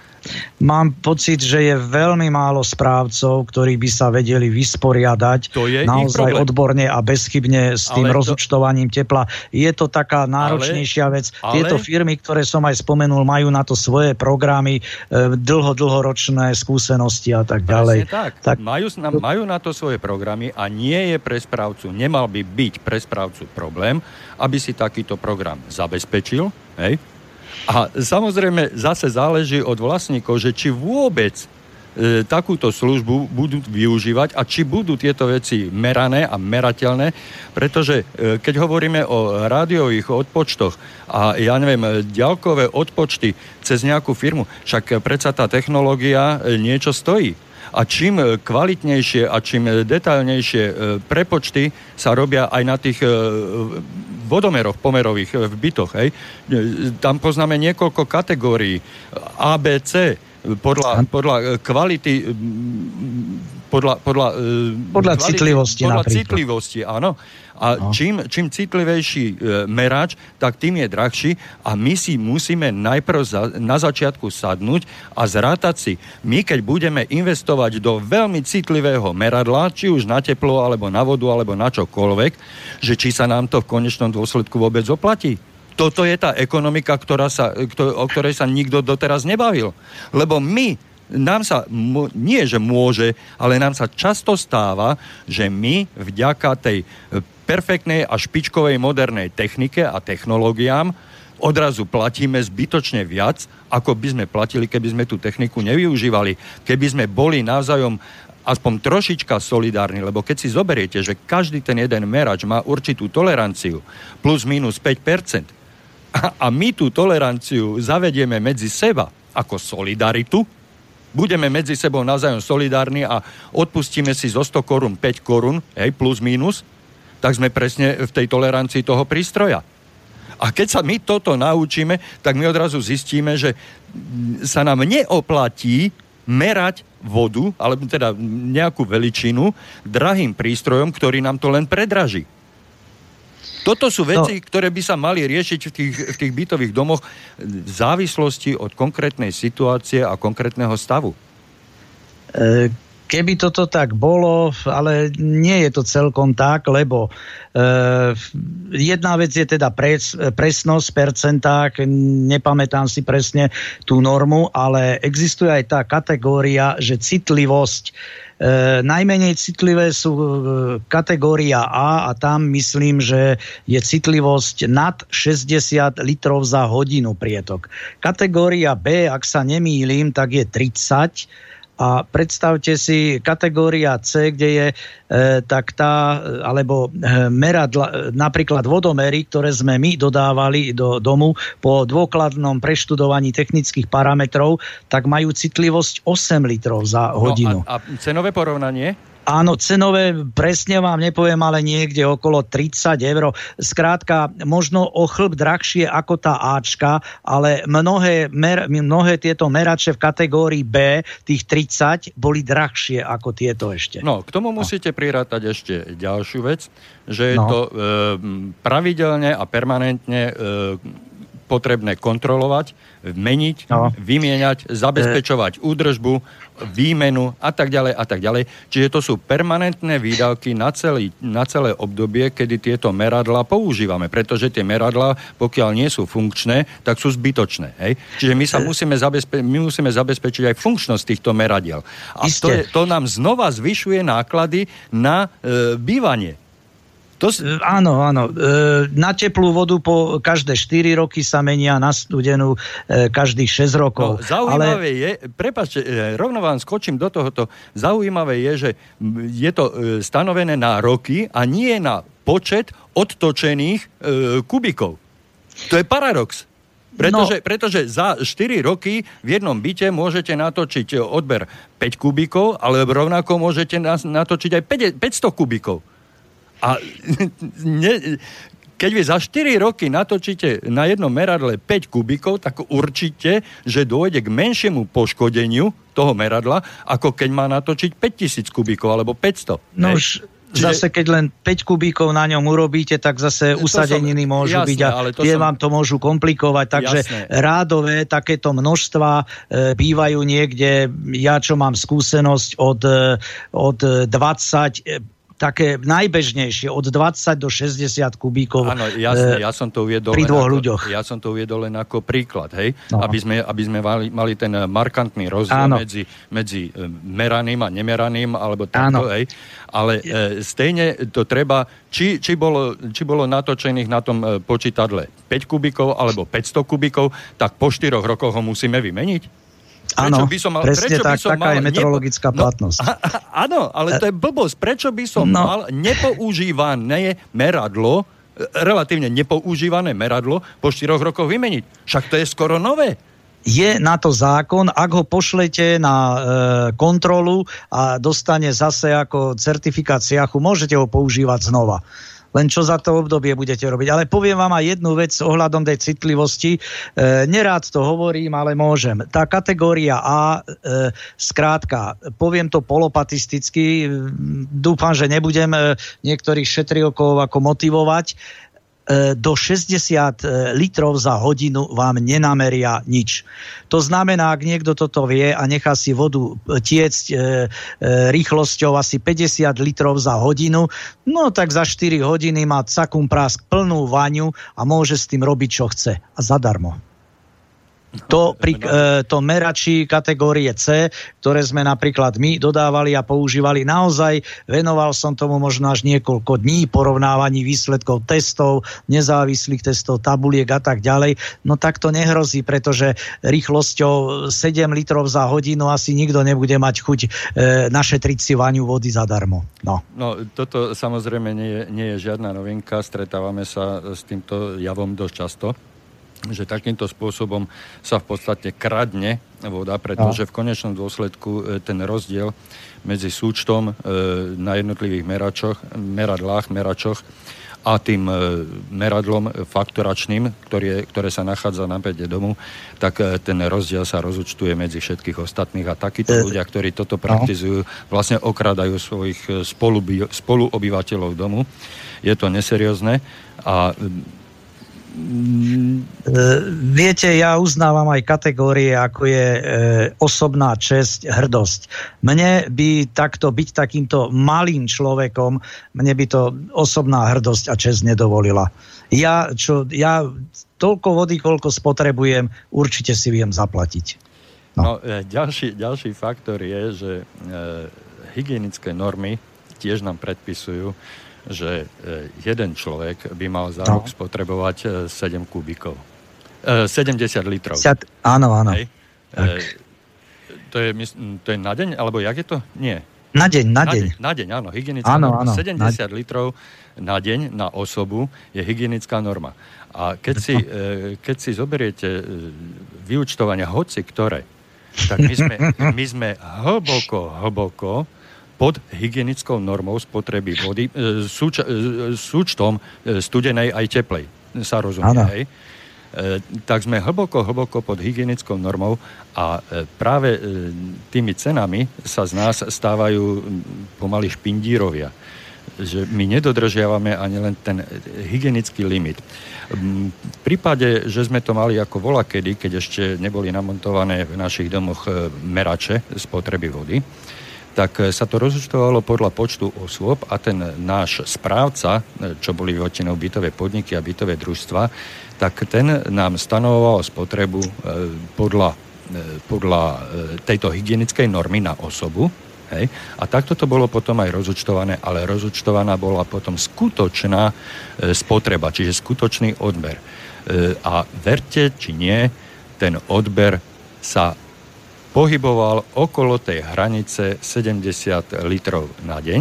Mám pocit, že je veľmi málo správcov, ktorí by sa vedeli vysporiadať naozaj odborne a bezchybne s tým ale rozúčtovaním to... tepla. Je to taká náročnejšia ale... vec. Ale... Tieto firmy, ktoré som aj spomenul, majú na to svoje programy, dlho, dlhoročné skúsenosti a tak ďalej. Tak. Tak... Majú, majú na to svoje programy a nie je pre správcu, nemal by byť pre správcu problém, aby si takýto program zabezpečil, hej? A samozrejme zase záleží od vlastníkov, že či vôbec e, takúto službu budú využívať a či budú tieto veci merané a merateľné, pretože e, keď hovoríme o rádiových odpočtoch a ja neviem, ďalkové odpočty cez nejakú firmu, však predsa tá technológia e, niečo stojí. A čím kvalitnejšie a čím detailnejšie prepočty sa robia aj na tých vodomeroch pomerových v bytoch. Hej. Tam poznáme niekoľko kategórií. A, B, C, podľa, podľa kvality, podľa, podľa, podľa kvality, citlivosti podľa napríklad. citlivosti, áno. A no. čím, čím citlivejší e, merač, tak tým je drahší a my si musíme najprv za, na začiatku sadnúť a zrátať si. My, keď budeme investovať do veľmi citlivého meradla, či už na teplo, alebo na vodu, alebo na čokoľvek, že či sa nám to v konečnom dôsledku vôbec oplatí. Toto je tá ekonomika, ktorá sa, o ktorej sa nikto doteraz nebavil. Lebo my, nám sa, nie že môže, ale nám sa často stáva, že my vďaka tej perfektnej a špičkovej modernej technike a technológiám odrazu platíme zbytočne viac, ako by sme platili, keby sme tú techniku nevyužívali. Keby sme boli navzájom aspoň trošička solidárni, lebo keď si zoberiete, že každý ten jeden merač má určitú toleranciu plus minus päť percent a, a my tú toleranciu zavedieme medzi seba ako solidaritu, budeme medzi sebou navzájom solidárni a odpustíme si zo sto korún päť korún, hej, plus minus, tak sme presne v tej tolerancii toho prístroja. A keď sa my toto naučíme, tak my odrazu zistíme, že sa nám neoplatí merať vodu, alebo teda nejakú veličinu drahým prístrojom, ktorý nám to len predraží. Toto sú veci, no. ktoré by sa mali riešiť v tých, v tých bytových domoch v závislosti od konkrétnej situácie a konkrétneho stavu. E- Keby toto tak bolo, ale nie je to celkom tak, lebo e, jedna vec je teda pres, presnosť v percentách, nepamätám si presne tú normu, ale existuje aj tá kategória, že citlivosť. E, najmenej citlivé sú kategória A a tam myslím, že je citlivosť nad šesťdesiat litrov za hodinu prietok. Kategória B, ak sa nemýlim, tak je tridsať. A predstavte si kategória C, kde je e, tak tá, alebo e, meradla, napríklad vodomery, ktoré sme my dodávali do domu po dôkladnom preštudovaní technických parametrov, tak majú citlivosť osem litrov za hodinu. No a, a cenové porovnanie? Áno, cenové presne vám nepoviem, ale niekde okolo tridsať eur. Skrátka, možno o chlb drahšie ako tá Ačka, ale mnohé, mer, mnohé tieto merače v kategórii B, tých tridsať, boli drahšie ako tieto ešte. No, k tomu musíte prirátať ešte ďalšiu vec, že je no. to e, pravidelne a permanentne e, potrebné kontrolovať, meniť, no. vymieňať, zabezpečovať údržbu, výmenu a tak ďalej a tak ďalej. Čiže to sú permanentné výdavky na, celý, na celé obdobie, kedy tieto meradlá používame, pretože tie meradlá, pokiaľ nie sú funkčné, tak sú zbytočné. Hej? Čiže my sa musíme, zabezpe- my musíme zabezpečiť aj funkčnosť týchto meradiel. A to, je, to nám znova zvyšuje náklady na e, bývanie. To... Áno, áno. Na teplú vodu po každé štyri roky sa menia, na studenú každých šesť rokov. No, zaujímavé ale... je, prepáčte, rovno vám skočím do tohoto, zaujímavé je, že je to stanovené na roky a nie na počet odtočených e, kubikov. To je paradox. Pretože, no. pretože za štyri roky v jednom byte môžete natočiť odber päť kubikov, ale rovnako môžete natočiť aj päťsto kubikov. A ne, keď vy za štyri roky natočíte na jednom meradle päť kubikov, tak určite, že dôjde k menšiemu poškodeniu toho meradla, ako keď má natočiť päťtisíc kubikov alebo päťsto. No už zase keď len päť kubíkov na ňom urobíte, tak zase usadeniny som, môžu jasné, byť a tie som... vám to môžu komplikovať. Takže jasné. Rádové takéto množstva e, bývajú niekde, ja čo mám skúsenosť od, od dvadsať také najbežnejšie, od dvadsať do šesťdesiat kubíkov. Áno, jasne, ja som to uviedol pri dvoch ako, ľuďoch. Ja som to uviedol len ako príklad, hej? No. Aby sme, aby sme mali, mali ten markantný rozdiel medzi, medzi meraným a nemeraným, alebo takto, hej? Ale e, stejne to treba, či, či, bolo, či bolo natočených na tom počítadle päť kubíkov alebo päťsto kubíkov, tak po štyroch rokoch ho musíme vymeniť? Áno, presne tak, taká je metrologická nepo... platnosť. No, áno, ale to je blbosť. Prečo by som no. mal nepoužívané meradlo, relatívne nepoužívané meradlo po štyroch rokoch vymeniť? Však to je skoro nové. Je na to zákon, ak ho pošlete na e, kontrolu a dostane zase ako certifikát siachu, môžete ho používať znova. Len čo za to obdobie budete robiť. Ale poviem vám aj jednu vec ohľadom tej citlivosti. E, nerád to hovorím, ale môžem. Tá kategória A, e, skrátka, poviem to polopatisticky, dúfam, že nebudem e, niektorých šetriokov ako motivovať, do šesťdesiat litrov za hodinu vám nenameria nič. To znamená, ak niekto toto vie a nechá si vodu tiecť e, e, rýchlosťou asi päťdesiat litrov za hodinu, no tak za štyri hodiny má cakum prásk plnú vaňu a môže s tým robiť, čo chce. A zadarmo. To, pri, e, to merači kategórie C, ktoré sme napríklad my dodávali a používali, naozaj venoval som tomu možno až niekoľko dní porovnávaní výsledkov testov, nezávislých testov, tabuliek a tak ďalej. No tak to nehrozí, pretože rýchlosťou sedem litrov za hodinu asi nikto nebude mať chuť e, našetriť si vaňu vody zadarmo. No. No, toto samozrejme nie je, nie je žiadna novinka, stretávame sa s týmto javom dosť často, že takýmto spôsobom sa v podstate kradne voda, pretože v konečnom dôsledku ten rozdiel medzi súčtom na jednotlivých meračoch, meradlách, meračoch a tým meradlom faktoračným, ktoré, ktoré sa nachádza na päť domu, tak ten rozdiel sa rozúčtuje medzi všetkých ostatných a takíto ľudia, ktorí toto praktizujú, vlastne okradajú svojich spolu, spoluobyvateľov domu. Je to neseriózne a Viete, ja uznávam aj kategórie, ako je e, osobná česť, hrdosť. Mne by takto byť takýmto malým človekom, mne by to osobná hrdosť a česť nedovolila. Ja, čo, ja toľko vody, koľko spotrebujem, určite si viem zaplatiť. No, no e, ďalší, ďalší faktor je, že e, hygienické normy tiež nám predpisujú, že jeden človek by mal za rok no. spotrebovať sedem kubíkov. E, sedemdesiat litrov. Áno, áno. E, to, je, to je na deň? Alebo jak je to? Nie. Na deň, na, na deň. deň. Na deň, áno. Hygienická áno, norma. áno, sedemdesiat na... litrov na deň na osobu je hygienická norma. A keď si, e, keď si zoberiete vyúčtovania hoci ktoré, tak my sme, my sme hlboko, hlboko pod hygienickou normou spotreby vody, e, súč, e, súčtom e, studenej aj teplej, sa rozumie, hej? E, tak sme hlboko, hlboko pod hygienickou normou a e, práve e, tými cenami sa z nás stávajú pomaly špindírovia. Že my nedodržiavame ani len ten hygienický limit. V prípade, že sme to mali ako volakedy, keď ešte neboli namontované v našich domoch merače spotreby vody, tak sa to rozúčtovalo podľa počtu osôb a ten náš správca, čo boli väčšinou bytové podniky a bytové družstva, tak ten nám stanovoval spotrebu podľa, podľa tejto hygienickej normy na osobu. Hej. A takto to bolo potom aj rozúčtované, ale rozúčtovaná bola potom skutočná spotreba, čiže skutočný odber. A verte, či nie, ten odber sa pohyboval okolo tej hranice sedemdesiat litrov na deň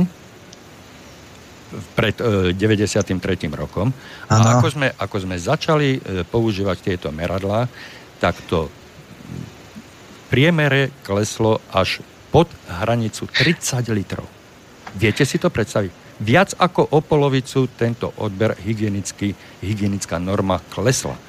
pred e, deväťdesiatym tretím rokom. Ano. A ako sme, ako sme začali e, používať tieto meradlá, tak to v priemere kleslo až pod hranicu tridsať litrov. Viete si to predstaviť? Viac ako o polovicu tento odber hygienický, hygienická norma klesla.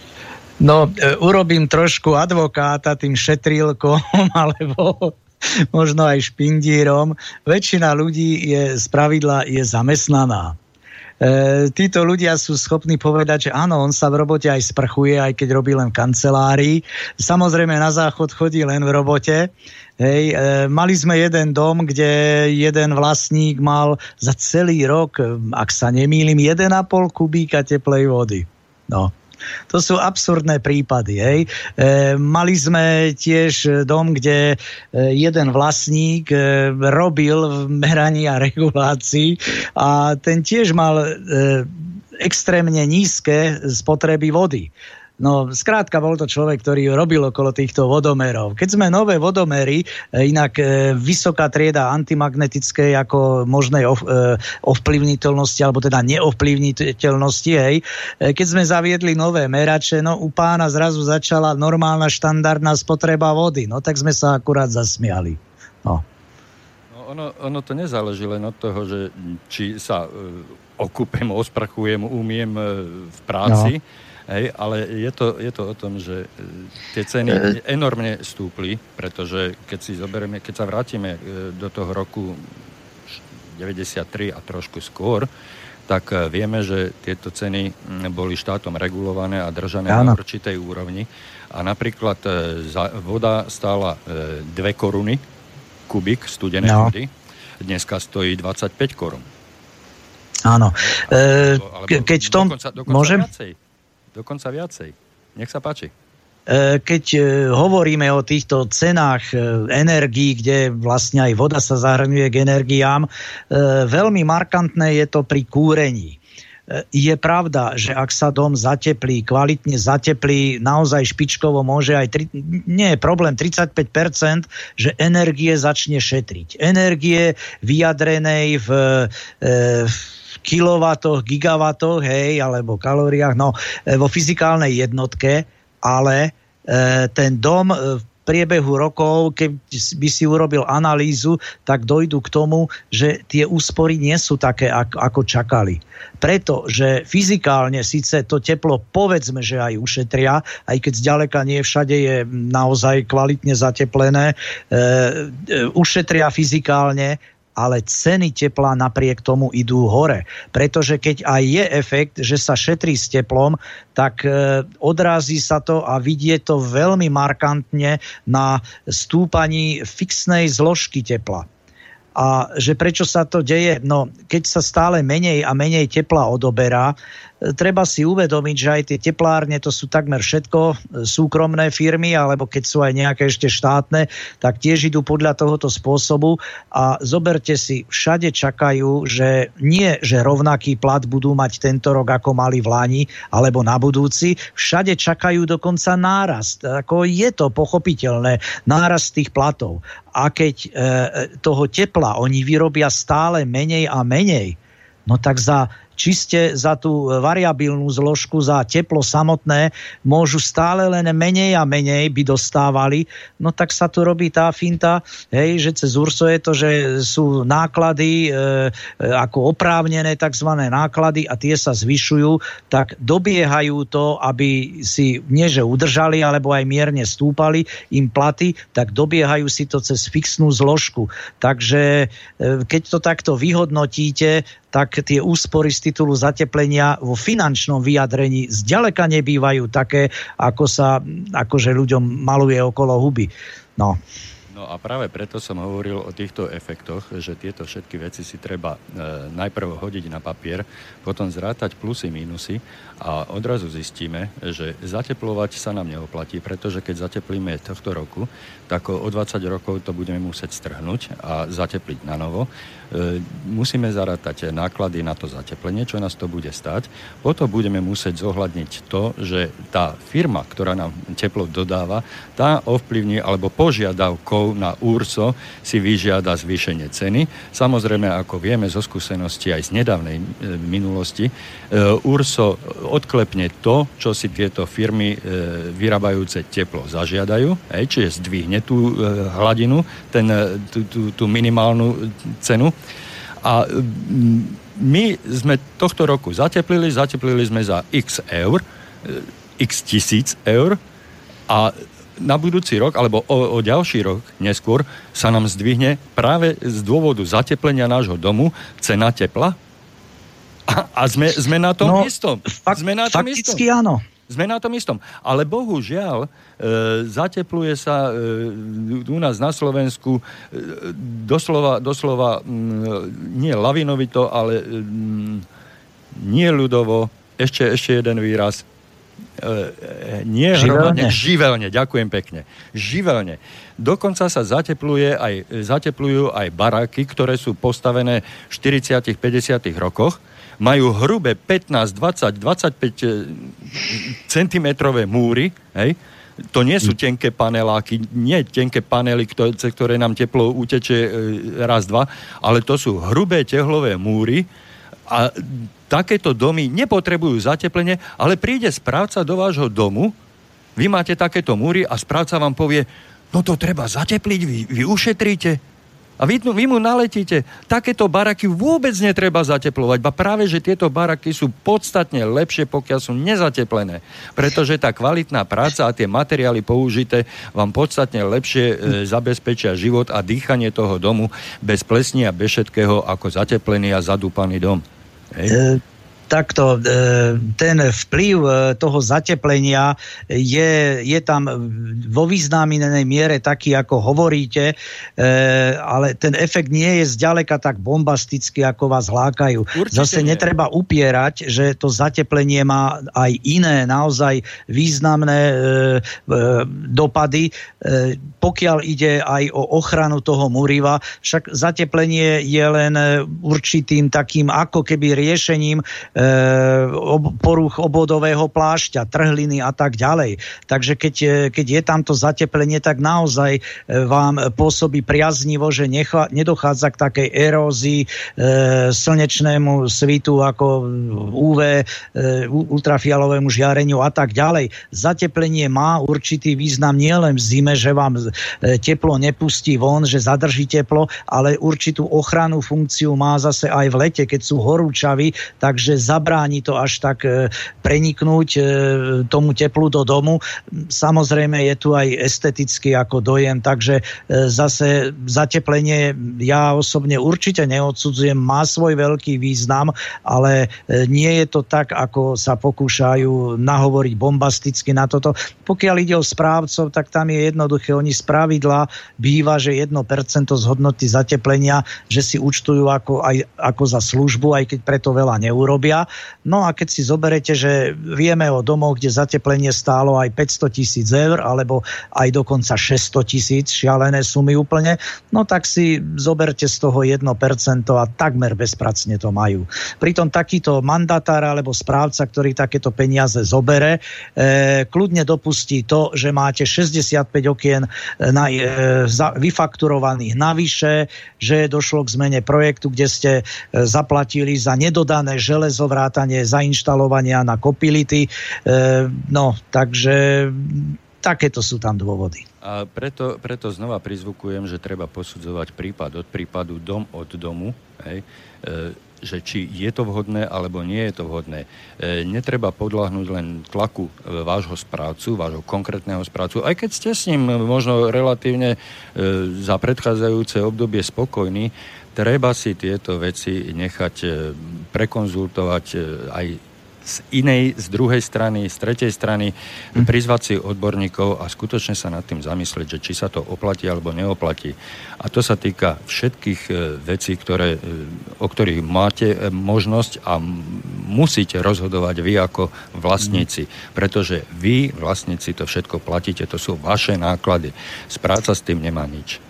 No, e, urobím trošku advokáta tým šetrílkom, alebo možno aj špindírom. Väčšina ľudí je spravidla je zamestnaná. E, títo ľudia sú schopní povedať, že áno, on sa v robote aj sprchuje, aj keď robí len v kancelárii. Samozrejme na záchod chodí len v robote. Hej, e, mali sme jeden dom, kde jeden vlastník mal za celý rok, ak sa nemýlim, jeden a pol kubíka teplej vody. No. To sú absurdné prípady. Hej. E, mali sme tiež dom, kde jeden vlastník e, robil v meraní a regulácii a ten tiež mal e, extrémne nízke spotreby vody. No, skrátka bol to človek, ktorý robil okolo týchto vodomerov. Keď sme nové vodomery, inak e, vysoká trieda antimagnetickej ako možnej ov, e, ovplyvniteľnosti, alebo teda neovplyvniteľnosti, hej. E, keď sme zaviedli nové merače, no u pána zrazu začala normálna štandardná spotreba vody. No, tak sme sa akurát zasmiali. No. No ono, ono to nezáleží len od toho, že či sa e, okúpem, osprachujem, umiem e, v práci, no. Hej, ale je to, je to o tom, že tie ceny enormne stúpli, pretože keď si zoberieme, keď sa vrátime do toho roku deväťdesiattri a trošku skôr, tak vieme, že tieto ceny boli štátom regulované a držané Áno. na určitej úrovni. A napríklad voda stála dve koruny, kubík studenej no. vody, dneska stojí dvadsaťpäť korún. Áno. E, keď v tom... Dokonca, dokonca môžem? Viacej. Dokonca viacej. Nech sa páči. Keď hovoríme o týchto cenách energií, kde vlastne aj voda sa zahrňuje k energiám, veľmi markantné je to pri kúrení. Je pravda, že ak sa dom zateplí, kvalitne zateplí, naozaj špičkovo môže aj, tri, nie je problém, tridsaťpäť percent, že energie začne šetriť. Energie vyjadrenej v... v kilovatoch, gigawatoch, hej, alebo kalóriách, no, vo fyzikálnej jednotke, ale e, ten dom v priebehu rokov, keď by si urobil analýzu, tak dojdu k tomu, že tie úspory nie sú také, ako, ako čakali. Pretože fyzikálne síce to teplo, povedzme, že aj ušetria, aj keď zďaleka nie všade je naozaj kvalitne zateplené, e, e, ušetria fyzikálne, ale ceny tepla napriek tomu idú hore. Pretože keď aj je efekt, že sa šetrí s teplom, tak e, odrazí sa to a vidie to veľmi markantne na stúpaní fixnej zložky tepla. A že prečo sa to deje? No, keď sa stále menej a menej tepla odoberá, treba si uvedomiť, že aj tie teplárne to sú takmer všetko súkromné firmy, alebo keď sú aj nejaké ešte štátne, tak tiež idú podľa tohoto spôsobu a zoberte si, všade čakajú, že nie, že rovnaký plat budú mať tento rok, ako mali v Lani, alebo na budúci, všade čakajú dokonca nárast. Ako je to pochopiteľné, nárast tých platov. A keď e, toho tepla oni vyrobia stále menej a menej, no tak za čiste za tú variabilnú zložku, za teplo samotné, môžu stále len menej a menej by dostávali, no tak sa tu robí tá finta, hej, že cez URSO je to, že sú náklady e, ako oprávnené takzvané náklady a tie sa zvyšujú, tak dobiehajú to, aby si nie že udržali, alebo aj mierne stúpali im platy, tak dobiehajú si to cez fixnú zložku. Takže e, keď to takto vyhodnotíte, tak tie úspory z titulu zateplenia vo finančnom vyjadrení zďaleka nebývajú také, ako sa akože ľuďom maluje okolo huby. No. No a práve preto som hovoril o týchto efektoch, že tieto všetky veci si treba e, najprv hodiť na papier, potom zrátať plusy, mínusy a odrazu zistíme, že zateplovať sa nám neoplatí, pretože keď zateplíme tohto roku, tak o dvadsať rokov to budeme musieť strhnúť a zatepliť na novo. E, musíme zarátať náklady na to zateplenie, čo nás to bude stáť. Potom budeme musieť zohľadniť to, že tá firma, ktorá nám teplo dodáva, tá ovplyvní alebo požiadavkou na URSO si vyžiada zvýšenie ceny. Samozrejme, ako vieme zo skúsenosti aj z nedávnej e, minulosti, e, URSO odklepne to, čo si tieto firmy e, vyrábajúce teplo zažiadajú, hej, čiže zdvihne tú e, hladinu, ten, tú, tú, tú minimálnu cenu. A e, my sme tohto roku zateplili, zateplili sme za x eur, e, x tisíc eur a na budúci rok, alebo o, o ďalší rok neskôr sa nám zdvihne práve z dôvodu zateplenia nášho domu cena tepla a, a sme, sme na tom no, istom. Fak, sme na tom fakticky istom. áno. Sme na tom istom. Ale bohužiaľ, e, zatepluje sa e, u nás na Slovensku e, doslova, doslova m, nie lavinovito, ale m, nie ľudovo. Ešte, ešte jeden výraz. E, nie hromadne, živelne, ďakujem pekne. Živelne. Dokonca sa zatepluje aj, zateplujú aj baráky, ktoré sú postavené v štyridsiatych päťdesiatych rokoch. Majú hrubé pätnásť, dvadsať, dvadsaťpäť centimetrové múry, hej. To nie sú tenké paneláky, nie tenké panely, ktoré, ktoré nám teplo utečie raz, dva, ale to sú hrubé tehlové múry a takéto domy nepotrebujú zateplenie, ale príde správca do vášho domu, vy máte takéto múry a správca vám povie, no to treba zatepliť, vy, vy ušetríte. A vy, vy mu naletíte. Takéto baraky vôbec netreba zateplovať, ba práve, že tieto baraky sú podstatne lepšie, pokiaľ sú nezateplené. Pretože tá kvalitná práca a tie materiály použité vám podstatne lepšie e, zabezpečia život a dýchanie toho domu bez plesní a bez všetkého ako zateplený a zadúpaný dom. Hej. E- Takto, ten vplyv toho zateplenia je, je tam vo významnej miere taký, ako hovoríte, ale ten efekt nie je zďaleka tak bombastický, ako vás hlákajú. Určite Zase nie. Netreba upierať, že to zateplenie má aj iné, naozaj významné dopady, pokiaľ ide aj o ochranu toho múriva. Však zateplenie je len určitým takým ako keby riešením poruch obvodového plášťa, trhliny a tak ďalej. Takže keď, keď je tamto zateplenie, tak naozaj vám pôsobí priaznivo, že necha, nedochádza k takej erózii e, slnečnému svitu ako ú vé, e, ultrafialovému žiareniu a tak ďalej. Zateplenie má určitý význam nielen v zime, že vám teplo nepustí von, že zadrží teplo, ale určitú ochrannú funkciu má zase aj v lete, keď sú horúčaví, takže zabráni to až tak preniknúť tomu teplu do domu. Samozrejme je tu aj estetický ako dojem, takže zase zateplenie ja osobne určite neodsudzujem, má svoj veľký význam, ale nie je to tak, ako sa pokúšajú nahovoriť bombasticky na toto. Pokiaľ ide o správcov, tak tam je jednoduché, oni spravidla býva, že jedno percento z hodnoty zateplenia, že si účtujú ako, aj, ako za službu, aj keď preto veľa neurobia. No a keď si zoberete, že vieme o domoch, kde zateplenie stálo aj päťsto tisíc eur, alebo aj dokonca šesťsto tisíc, šialené sumy úplne, no tak si zoberte z toho jedno percento a takmer bezpracne to majú. Pritom takýto mandatár alebo správca, ktorý takéto peniaze zobere, e, kľudne dopustí to, že máte šesťdesiatpäť okien na, e, za, vyfakturovaných navyše, že došlo k zmene projektu, kde ste e, zaplatili za nedodané železo, vrátanie zainštalovania na kopility. E, no, takže takéto sú tam dôvody. A preto, preto znova prizvukujem, že treba posudzovať prípad od prípadu, dom od domu, hej, e, že či je to vhodné, alebo nie je to vhodné. E, netreba podľahnúť len tlaku e, vášho správcu, vášho konkrétneho správcu, aj keď ste s ním možno relatívne e, za predchádzajúce obdobie spokojní, treba si tieto veci nechať e, prekonzultovať e, aj z inej, z druhej strany, z tretej strany, hm. prizvať si odborníkov a skutočne sa nad tým zamyslieť, že či sa to oplatí alebo neoplatí. A to sa týka všetkých vecí, ktoré, o ktorých máte možnosť a musíte rozhodovať vy ako vlastníci. Pretože vy, vlastníci, to všetko platíte, to sú vaše náklady. Správca s tým nemá nič.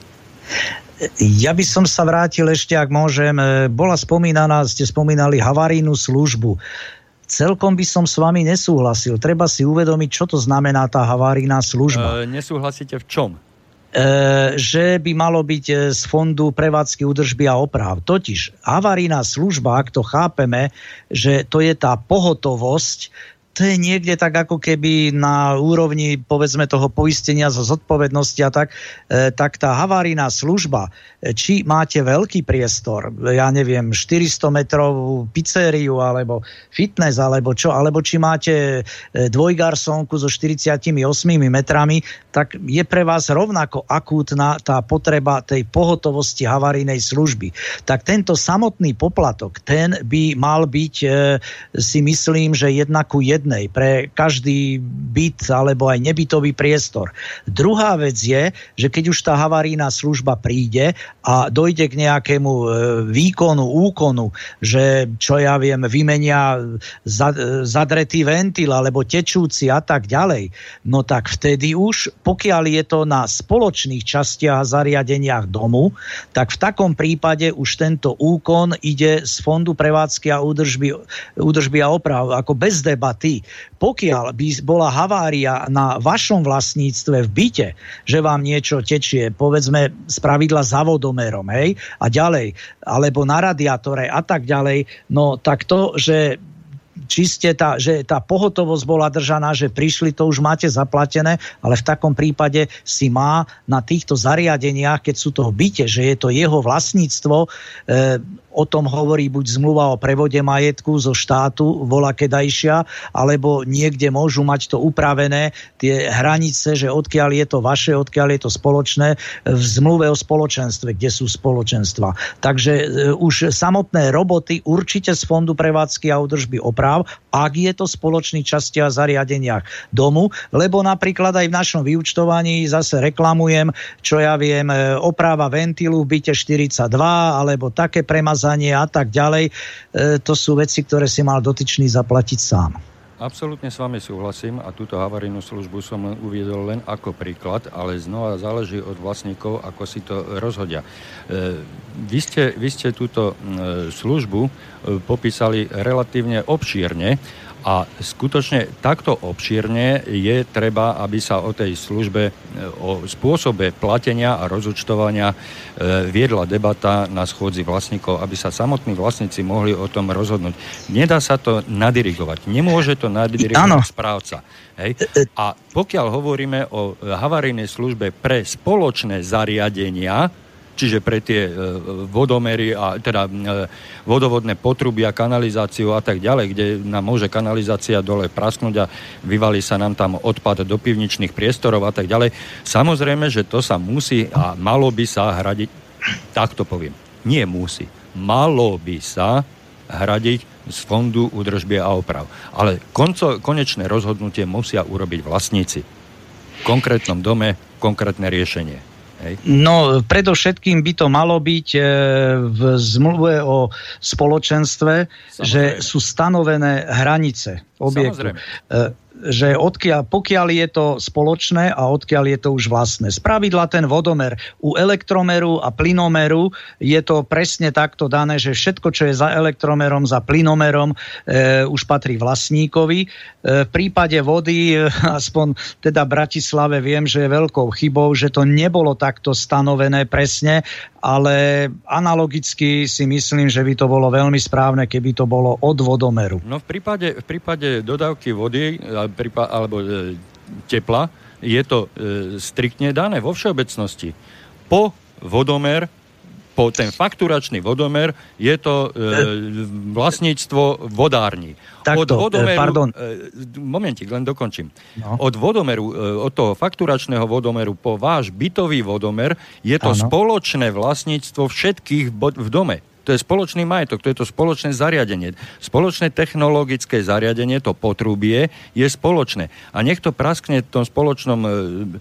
Ja by som sa vrátil ešte, ak môžem. Bola spomínaná, ste spomínali havarijnú službu. Celkom by som s vami nesúhlasil. Treba si uvedomiť, čo to znamená tá havárijná služba. E, nesúhlasíte v čom? E, že by malo byť z fondu prevádzky, údržby a oprav. Totiž havárijná služba, ak to chápeme, že to je tá pohotovosť, to je niekde tak ako keby na úrovni, povedzme, toho poistenia zo zodpovednosti a tak, e, tak tá havárijná služba, e, či máte veľký priestor, ja neviem, štyristo metrovú pizzériu alebo fitness, alebo čo, alebo či máte e, dvojgarsónku so štyridsaťosem metrami, tak je pre vás rovnako akútna tá potreba tej pohotovosti havárijnej služby. Tak tento samotný poplatok, ten by mal byť, e, si myslím, že jedna ku jednej pre každý byt alebo aj nebytový priestor. Druhá vec je, že keď už tá havarijná služba príde a dojde k nejakému výkonu, úkonu, že čo ja viem, vymenia zadretý ventil alebo tečúci a tak ďalej, no tak vtedy už, pokiaľ je to na spoločných častiach a zariadeniach domu, tak v takom prípade už tento úkon ide z fondu prevádzky a údržby, údržby a oprav ako bez debaty. Pokiaľ by bola havária na vašom vlastníctve v byte, že vám niečo tečie, povedzme spravidla za vodomerom, hej, a ďalej, alebo na radiátore a tak ďalej, no tak to, že či ste tá, že tá pohotovosť bola držaná, že prišli, to už máte zaplatené, ale v takom prípade si má na týchto zariadeniach, keď sú to v byte, že je to jeho vlastníctvo, e, o tom hovorí buď zmluva o prevode majetku zo štátu, volakedajšia, alebo niekde môžu mať to upravené, tie hranice, že odkiaľ je to vaše, odkiaľ je to spoločné, v zmluve o spoločenstve, kde sú spoločenstva. Takže e, už samotné roboty určite z fondu prevádzky a údržby oprav, ak je to spoločný časti a zariadeniach domu, lebo napríklad aj v našom vyúčtovaní zase reklamujem, čo ja viem, oprava ventilu v byte štyridsaťdva, alebo také premazanie a tak ďalej. E, to sú veci, ktoré si mal dotyčný zaplatiť sám. Absolútne s vami súhlasím a túto havarijnú službu som uviedol len ako príklad, ale znova záleží od vlastníkov, ako si to rozhodia. E, vy, ste, vy ste túto e, službu e, popísali relatívne obšírne a skutočne takto obšírne je treba, aby sa o tej službe, o spôsobe platenia a rozúčtovania e, viedla debata na schôdzi vlastníkov, aby sa samotní vlastníci mohli o tom rozhodnúť. Nedá sa to nadirigovať. Nemôže to nadirigovať správca. Hej? A pokiaľ hovoríme o havarijnej službe pre spoločné zariadenia, čiže pre tie vodomery a teda vodovodné potrubia, kanalizáciu a tak ďalej, kde nám môže kanalizácia dole prasknúť a vyvalí sa nám tam odpad do pivničných priestorov a tak ďalej. Samozrejme, že to sa musí a malo by sa hradiť, tak to poviem, nie musí, malo by sa hradiť z fondu údržby a oprav. Ale konco, konečné rozhodnutie musia urobiť vlastníci. V konkrétnom dome konkrétne riešenie. Hej. No, predovšetkým by to malo byť e, v zmluve o spoločenstve, Samozrejme. Že sú stanovené hranice objektu. E, že odkiaľ, pokiaľ je to spoločné a odkiaľ je to už vlastné. Spravidla ten vodomer u elektromeru a plynomeru je to presne takto dané, že všetko, čo je za elektromerom, za plynomerom, e, už patrí vlastníkovi. E, v prípade vody, e, aspoň teda v Bratislave viem, že je veľkou chybou, že to nebolo takto stanovené presne, ale analogicky si myslím, že by to bolo veľmi správne, keby to bolo od vodomeru. No v prípade, v prípade dodávky vody alebo e, tepla je to e, striktne dané vo všeobecnosti. Po vodomer, po ten fakturačný vodomer je to e, vlastníctvo vodární. Takto, od vodomeru, pardon. E, momentík, len dokončím. No. Od vodomeru, e, od toho fakturačného vodomeru po váš bytový vodomer je to ano. Spoločné vlastníctvo všetkých v dome. To je spoločný majetok, to je to spoločné zariadenie. Spoločné technologické zariadenie, to potrubie, je spoločné. A nech to praskne v tom spoločnom e, e,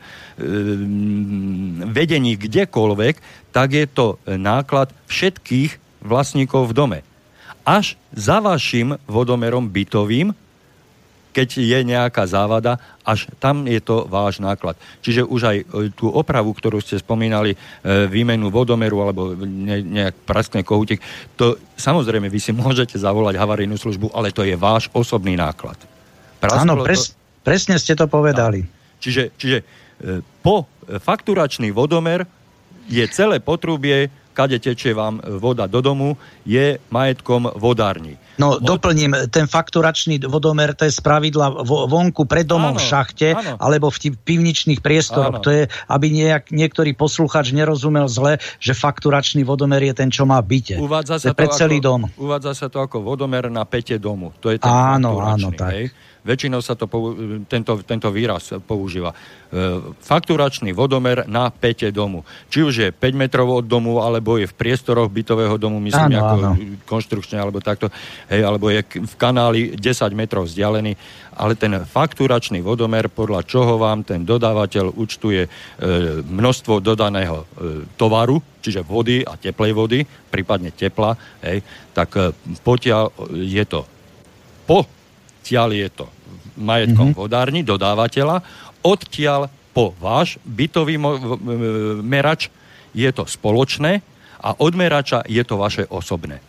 vedení kdekoľvek, tak je to náklad všetkých vlastníkov v dome. Až za vašim vodomerom bytovým, keď je nejaká závada, až tam je to váš náklad. Čiže už aj tú opravu, ktorú ste spomínali, výmenu vodomeru alebo nejak praskne kohútik, to samozrejme vy si môžete zavolať havarijnú službu, ale to je váš osobný náklad. Prasklo Áno, pres, to... presne ste to povedali. No. Čiže, čiže po fakturačný vodomer je celé potrubie, kade tečie vám voda do domu, je majetkom vodární. No, Od... doplním, ten fakturačný vodomer, to je spravidla vonku pred domom áno, v šachte, áno. alebo v tých pivničných priestoroch. Áno. To je, aby nejak, niektorý posluchač nerozumel zle, že fakturačný vodomer je ten, čo má v byte. Uvádza sa, to pre celý ako, dom. Uvádza sa to ako vodomer na päte domu. To je ten áno, fakturačný. Áno, tak. Hej. Väčšinou sa to tento, tento výraz používa. E, fakturačný vodomer na päte domu. Či už je päť metrov od domu, alebo je v priestoroch bytového domu, myslím, áno, ako áno. konštrukčne, alebo takto, hej, alebo je v kanáli desať metrov vzdialený. Ale ten fakturačný vodomer, podľa čoho vám ten dodávateľ účtuje e, množstvo dodaného e, tovaru, čiže vody a teplej vody, prípadne tepla, hej, tak e, potiaľ je to po Odtiaľ je to majetkom mm-hmm. vodárni, dodávateľa, odtiaľ po váš bytový mo- merač je to spoločné a od merača je to vaše osobné.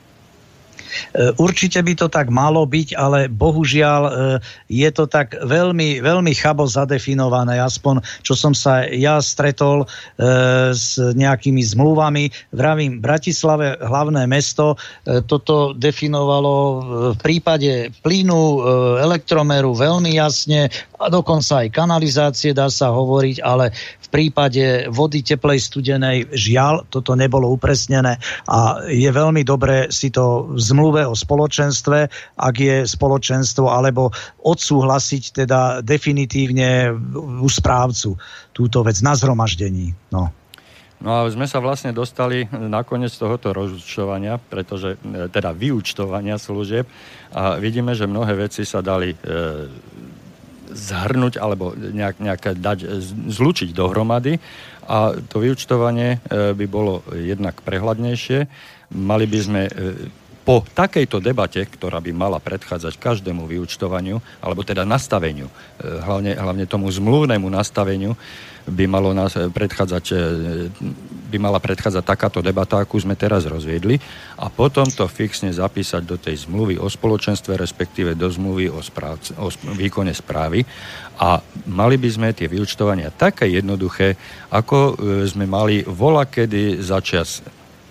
Určite by to tak malo byť, ale bohužiaľ je to tak veľmi, veľmi chabo zadefinované, aspoň čo som sa ja stretol s nejakými zmluvami. Vravím, Bratislave, hlavné mesto, toto definovalo v prípade plynu, elektromeru veľmi jasne a dokonca aj kanalizácie, dá sa hovoriť, ale v prípade vody teplej, studenej, žiaľ, toto nebolo upresnené a je veľmi dobré si to v zmluve o spoločenstve, ak je spoločenstvo, alebo odsúhlasiť teda definitívne u správcu túto vec na zhromaždení. No. No a sme sa vlastne dostali nakoniec tohoto rozúčtovania, pretože teda vyúčtovania služieb a vidíme, že mnohé veci sa dali e, zhrnúť alebo nejak, nejak dať, zlučiť dohromady a to vyúčtovanie by bolo jednak prehľadnejšie. Mali by sme po takejto debate, ktorá by mala predchádzať každému vyúčtovaniu, alebo teda nastaveniu, hlavne, hlavne tomu zmluvnému nastaveniu, by malo nás predchádzať, by mala predchádzať takáto debata, akú sme teraz rozviedli a potom to fixne zapísať do tej zmluvy o spoločenstve, respektíve do zmluvy o, správce, o výkone správy a mali by sme tie vyúčtovania také jednoduché, ako sme mali volakedy začias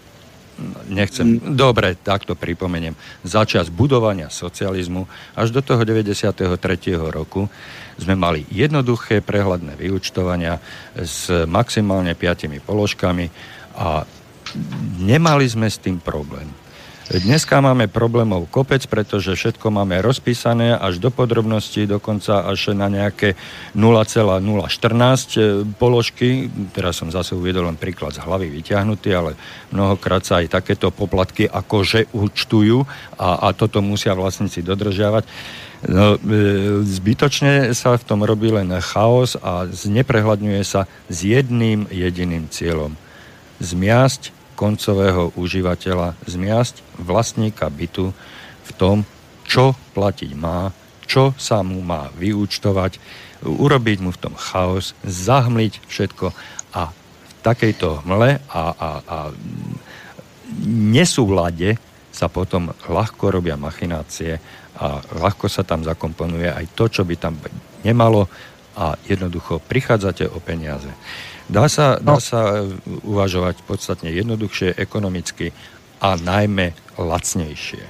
nechcem, dobre, takto pripomeniem, začias budovania socializmu až do toho deväťdesiateho tretieho roku sme mali jednoduché, prehľadné vyúčtovania s maximálne piatimi položkami a nemali sme s tým problém. Dneska máme problémov kopec, pretože všetko máme rozpísané až do podrobností, dokonca až na nejaké nula celá nula štrnásť položky. Teraz som zase uviedol len príklad z hlavy vyťahnutý, ale mnohokrát sa aj takéto poplatky akože účtujú a, a toto musia vlastníci dodržiavať. No, zbytočne sa v tom robí len chaos a zneprehľadňuje sa s jedným jediným cieľom. Zmiasť koncového užívateľa, zmiasť vlastníka bytu v tom, čo platiť má, čo sa mu má vyúčtovať, urobiť mu v tom chaos, zahmliť všetko a v takejto hmle a, a, a nesúlade sa potom ľahko robia machinácie a ľahko sa tam zakomponuje aj to, čo by tam nemalo a jednoducho prichádzate o peniaze. Dá sa, dá sa uvažovať podstatne jednoduchšie, ekonomicky a najmä lacnejšie.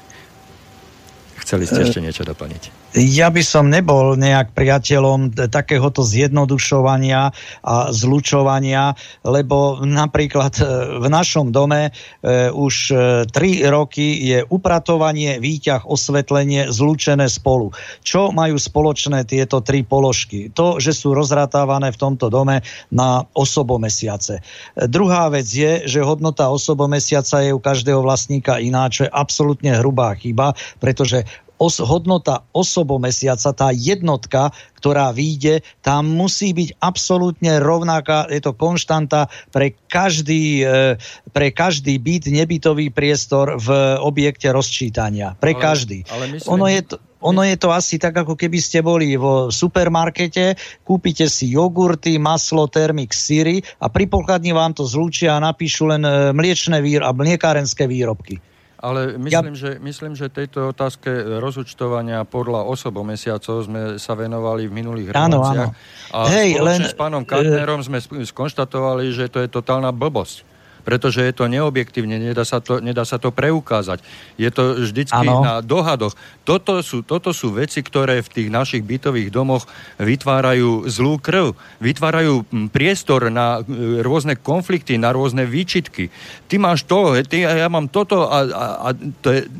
Chceli ste ešte niečo doplniť? Ja by som nebol nejak priateľom takéhoto zjednodušovania a zlučovania, lebo napríklad v našom dome už tri roky je upratovanie, výťah, osvetlenie zlúčené spolu. Čo majú spoločné tieto tri položky? To, že sú rozratávané v tomto dome na osobomesiace. Druhá vec je, že hodnota osobomesiaca je u každého vlastníka iná, čo je absolútne hrubá chyba, pretože Os, hodnota osobomesiaca, tá jednotka, ktorá vyjde, tam musí byť absolútne rovnaká, je to konštanta pre každý, pre každý byt, nebytový priestor v objekte rozčítania. Pre ale, každý. Ale myslím... Ono je to... Ono je to asi tak, ako keby ste boli vo supermarkete, kúpite si jogurty, maslo, termik, syry a pri pokladni vám to zlúčia a napíšu len mliečne výro- a mliekárenské výrobky. Ale myslím, ja... že, myslím, že tejto otázke rozúčtovania podľa osobomesiacov sme sa venovali v minulých reláciách. A Hej, spoločne len... s pánom Kartnerom sme skonštatovali, že to je totálna blbosť. Pretože je to neobjektívne, nedá sa to, nedá sa to preukázať. Je to vždycky ano. Na dohadoch. Toto sú, toto sú veci, ktoré v tých našich bytových domoch vytvárajú zlú krv. Vytvárajú priestor na rôzne konflikty, na rôzne výčitky. Ty máš to, ty, ja mám toto a, a, a to je...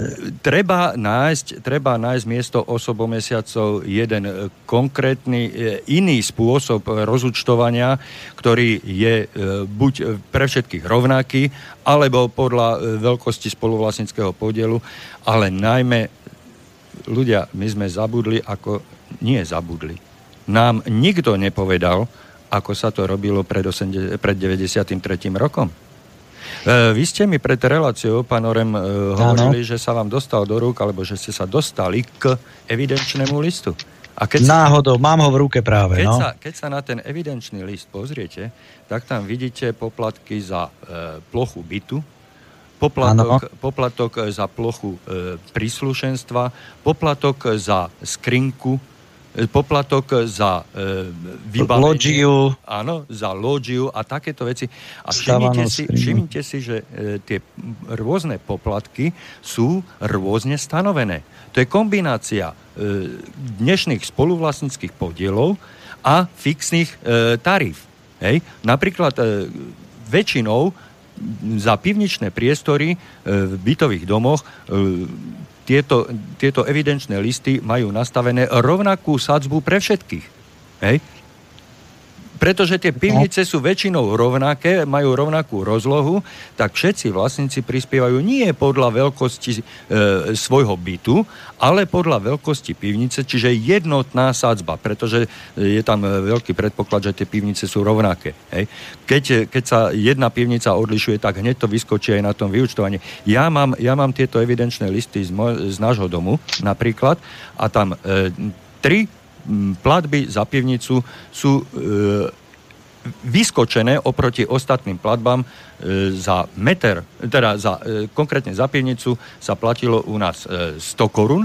Treba nájsť, treba nájsť miesto osobomesiacov jeden konkrétny iný spôsob rozúčtovania, ktorý je buď pre všetkých rovnaký, alebo podľa veľkosti spoluvlastníckeho podielu, ale najmä ľudia, my sme zabudli, ako nie zabudli. Nám nikto nepovedal, ako sa to robilo pred, osemdesiat, pred deväťdesiattri rokom. Vy ste mi pred reláciou, pán Orem, hovorili, že sa vám dostal do rúk, alebo že ste sa dostali k evidenčnému listu. A keď Náhodou, sa, mám ho v ruke práve. Keď, no. sa, keď sa na ten evidenčný list pozriete, tak tam vidíte poplatky za e, plochu bytu, poplatok, poplatok za plochu e, príslušenstva, poplatok za skrinku, poplatok za e, vybavenie. Loďiu. Áno, za loďiu a takéto veci. A všimnite si, všimnite si, že e, tie rôzne poplatky sú rôzne stanovené. To je kombinácia e, dnešných spoluvlastníckych podielov a fixných e, taríf. Hej? Napríklad e, väčšinou za pivničné priestory e, v bytových domoch e, Tieto, tieto evidenčné listy majú nastavené rovnakú sadzbu pre všetkých. Hej? Pretože tie pivnice sú väčšinou rovnaké, majú rovnakú rozlohu, tak všetci vlastníci prispievajú nie podľa veľkosti e, svojho bytu, ale podľa veľkosti pivnice, čiže jednotná sadzba, pretože je tam veľký predpoklad, že tie pivnice sú rovnaké. Hej? Keď, keď sa jedna pivnica odlišuje, tak hneď to vyskočí aj na tom vyúčtovaní. Ja mám, ja mám tieto evidenčné listy z, mo- z nášho domu napríklad a tam e, tri platby za pivnicu sú e, vyskočené oproti ostatným platbám e, za meter, teda za, e, konkrétne za pivnicu sa platilo u nás e, sto korún,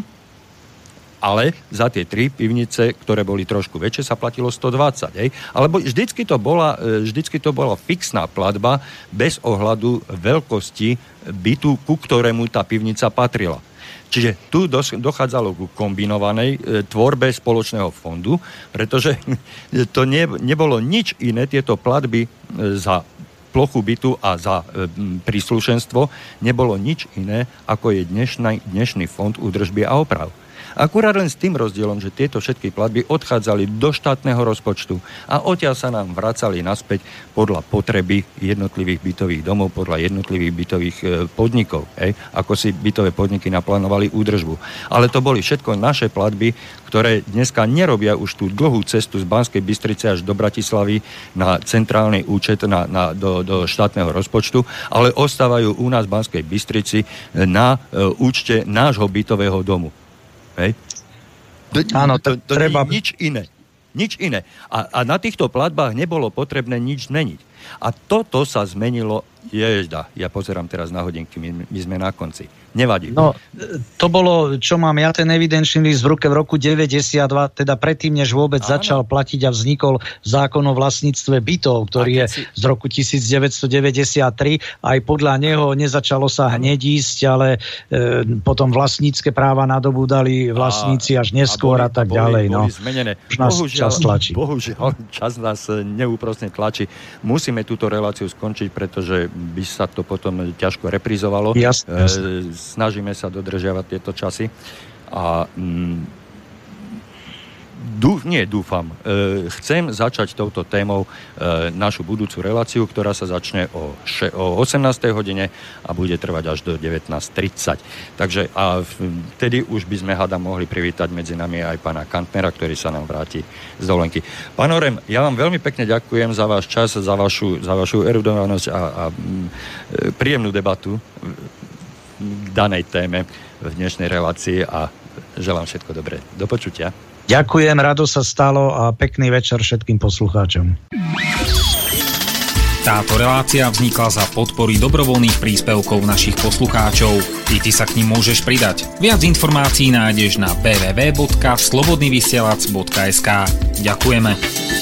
ale za tie tri pivnice, ktoré boli trošku väčšie, sa platilo stodvadsať. Hej? Alebo vždycky to bola, e, vždycky to bola fixná platba bez ohľadu veľkosti bytu, ku ktorému tá pivnica patrila. Čiže tu dochádzalo ku kombinovanej e, tvorbe spoločného fondu, pretože to ne, nebolo nič iné, tieto platby e, za plochu bytu a za e, príslušenstvo nebolo nič iné, ako je dnešný, dnešný fond údržby a oprav. Akurát len s tým rozdielom, že tieto všetky platby odchádzali do štátneho rozpočtu a odtiaľ sa nám vracali naspäť podľa potreby jednotlivých bytových domov, podľa jednotlivých bytových podnikov, hej, ako si bytové podniky naplánovali údržbu. Ale to boli všetko naše platby, ktoré dneska nerobia už tú dlhú cestu z Banskej Bystrice až do Bratislavy na centrálny účet na, na, do, do štátneho rozpočtu, ale ostávajú u nás v Banskej Bystrici na e, účte nášho bytového domu. Hej. To, Áno, to, to treba... nie je nič iné. Nič iné. A, a na týchto platbách nebolo potrebné nič zmeniť. A toto sa zmenilo, ježda, ja pozerám teraz na hodinky, my, my sme na konci. Nevadí. No, to bolo, čo mám ja, ten evidenčný list v ruke v roku deväťdesiatdva, teda predtým, než vôbec Áno. začal platiť a vznikol zákon o vlastníctve bytov, ktorý je si... z roku devätnásťstodeväťdesiattri. Aj podľa neho nezačalo sa hneď ísť, ale e, potom vlastnícke práva nadobúdali vlastníci až neskôr a, a tak boli, ďalej. Boli no. zmenené. Už nás bohužiaľ, čas tlačí. Bohužiaľ, čas nás neúprosne tlačí. Musíme túto reláciu skončiť, pretože by sa to potom ťažko reprizovalo. Jasne, jasne. E, snažíme sa dodržiavať tieto časy a mm, dú, nie dúfam, e, chcem začať touto témou e, našu budúcu reláciu, ktorá sa začne o, še, o osemnástej hodine a bude trvať až do devätnásť tridsať. Takže a vtedy už by sme hada mohli privítať medzi nami aj pána Kantnera, ktorý sa nám vráti z dovolenky. Pán Orem, ja vám veľmi pekne ďakujem za váš čas, za vašu, za vašu erudovanosť a, a m, príjemnú debatu k danej téme v dnešnej relácii a želám všetko dobré. Do počutia. Ďakujem, rado sa stalo a pekný večer všetkým poslucháčom. Táto relácia vznikla za podpory dobrovoľných príspevkov našich poslucháčov. I ty sa k nim môžeš pridať. Viac informácií nájdeš na w w w bodka slobodnyvysielac bodka es ka. Ďakujeme.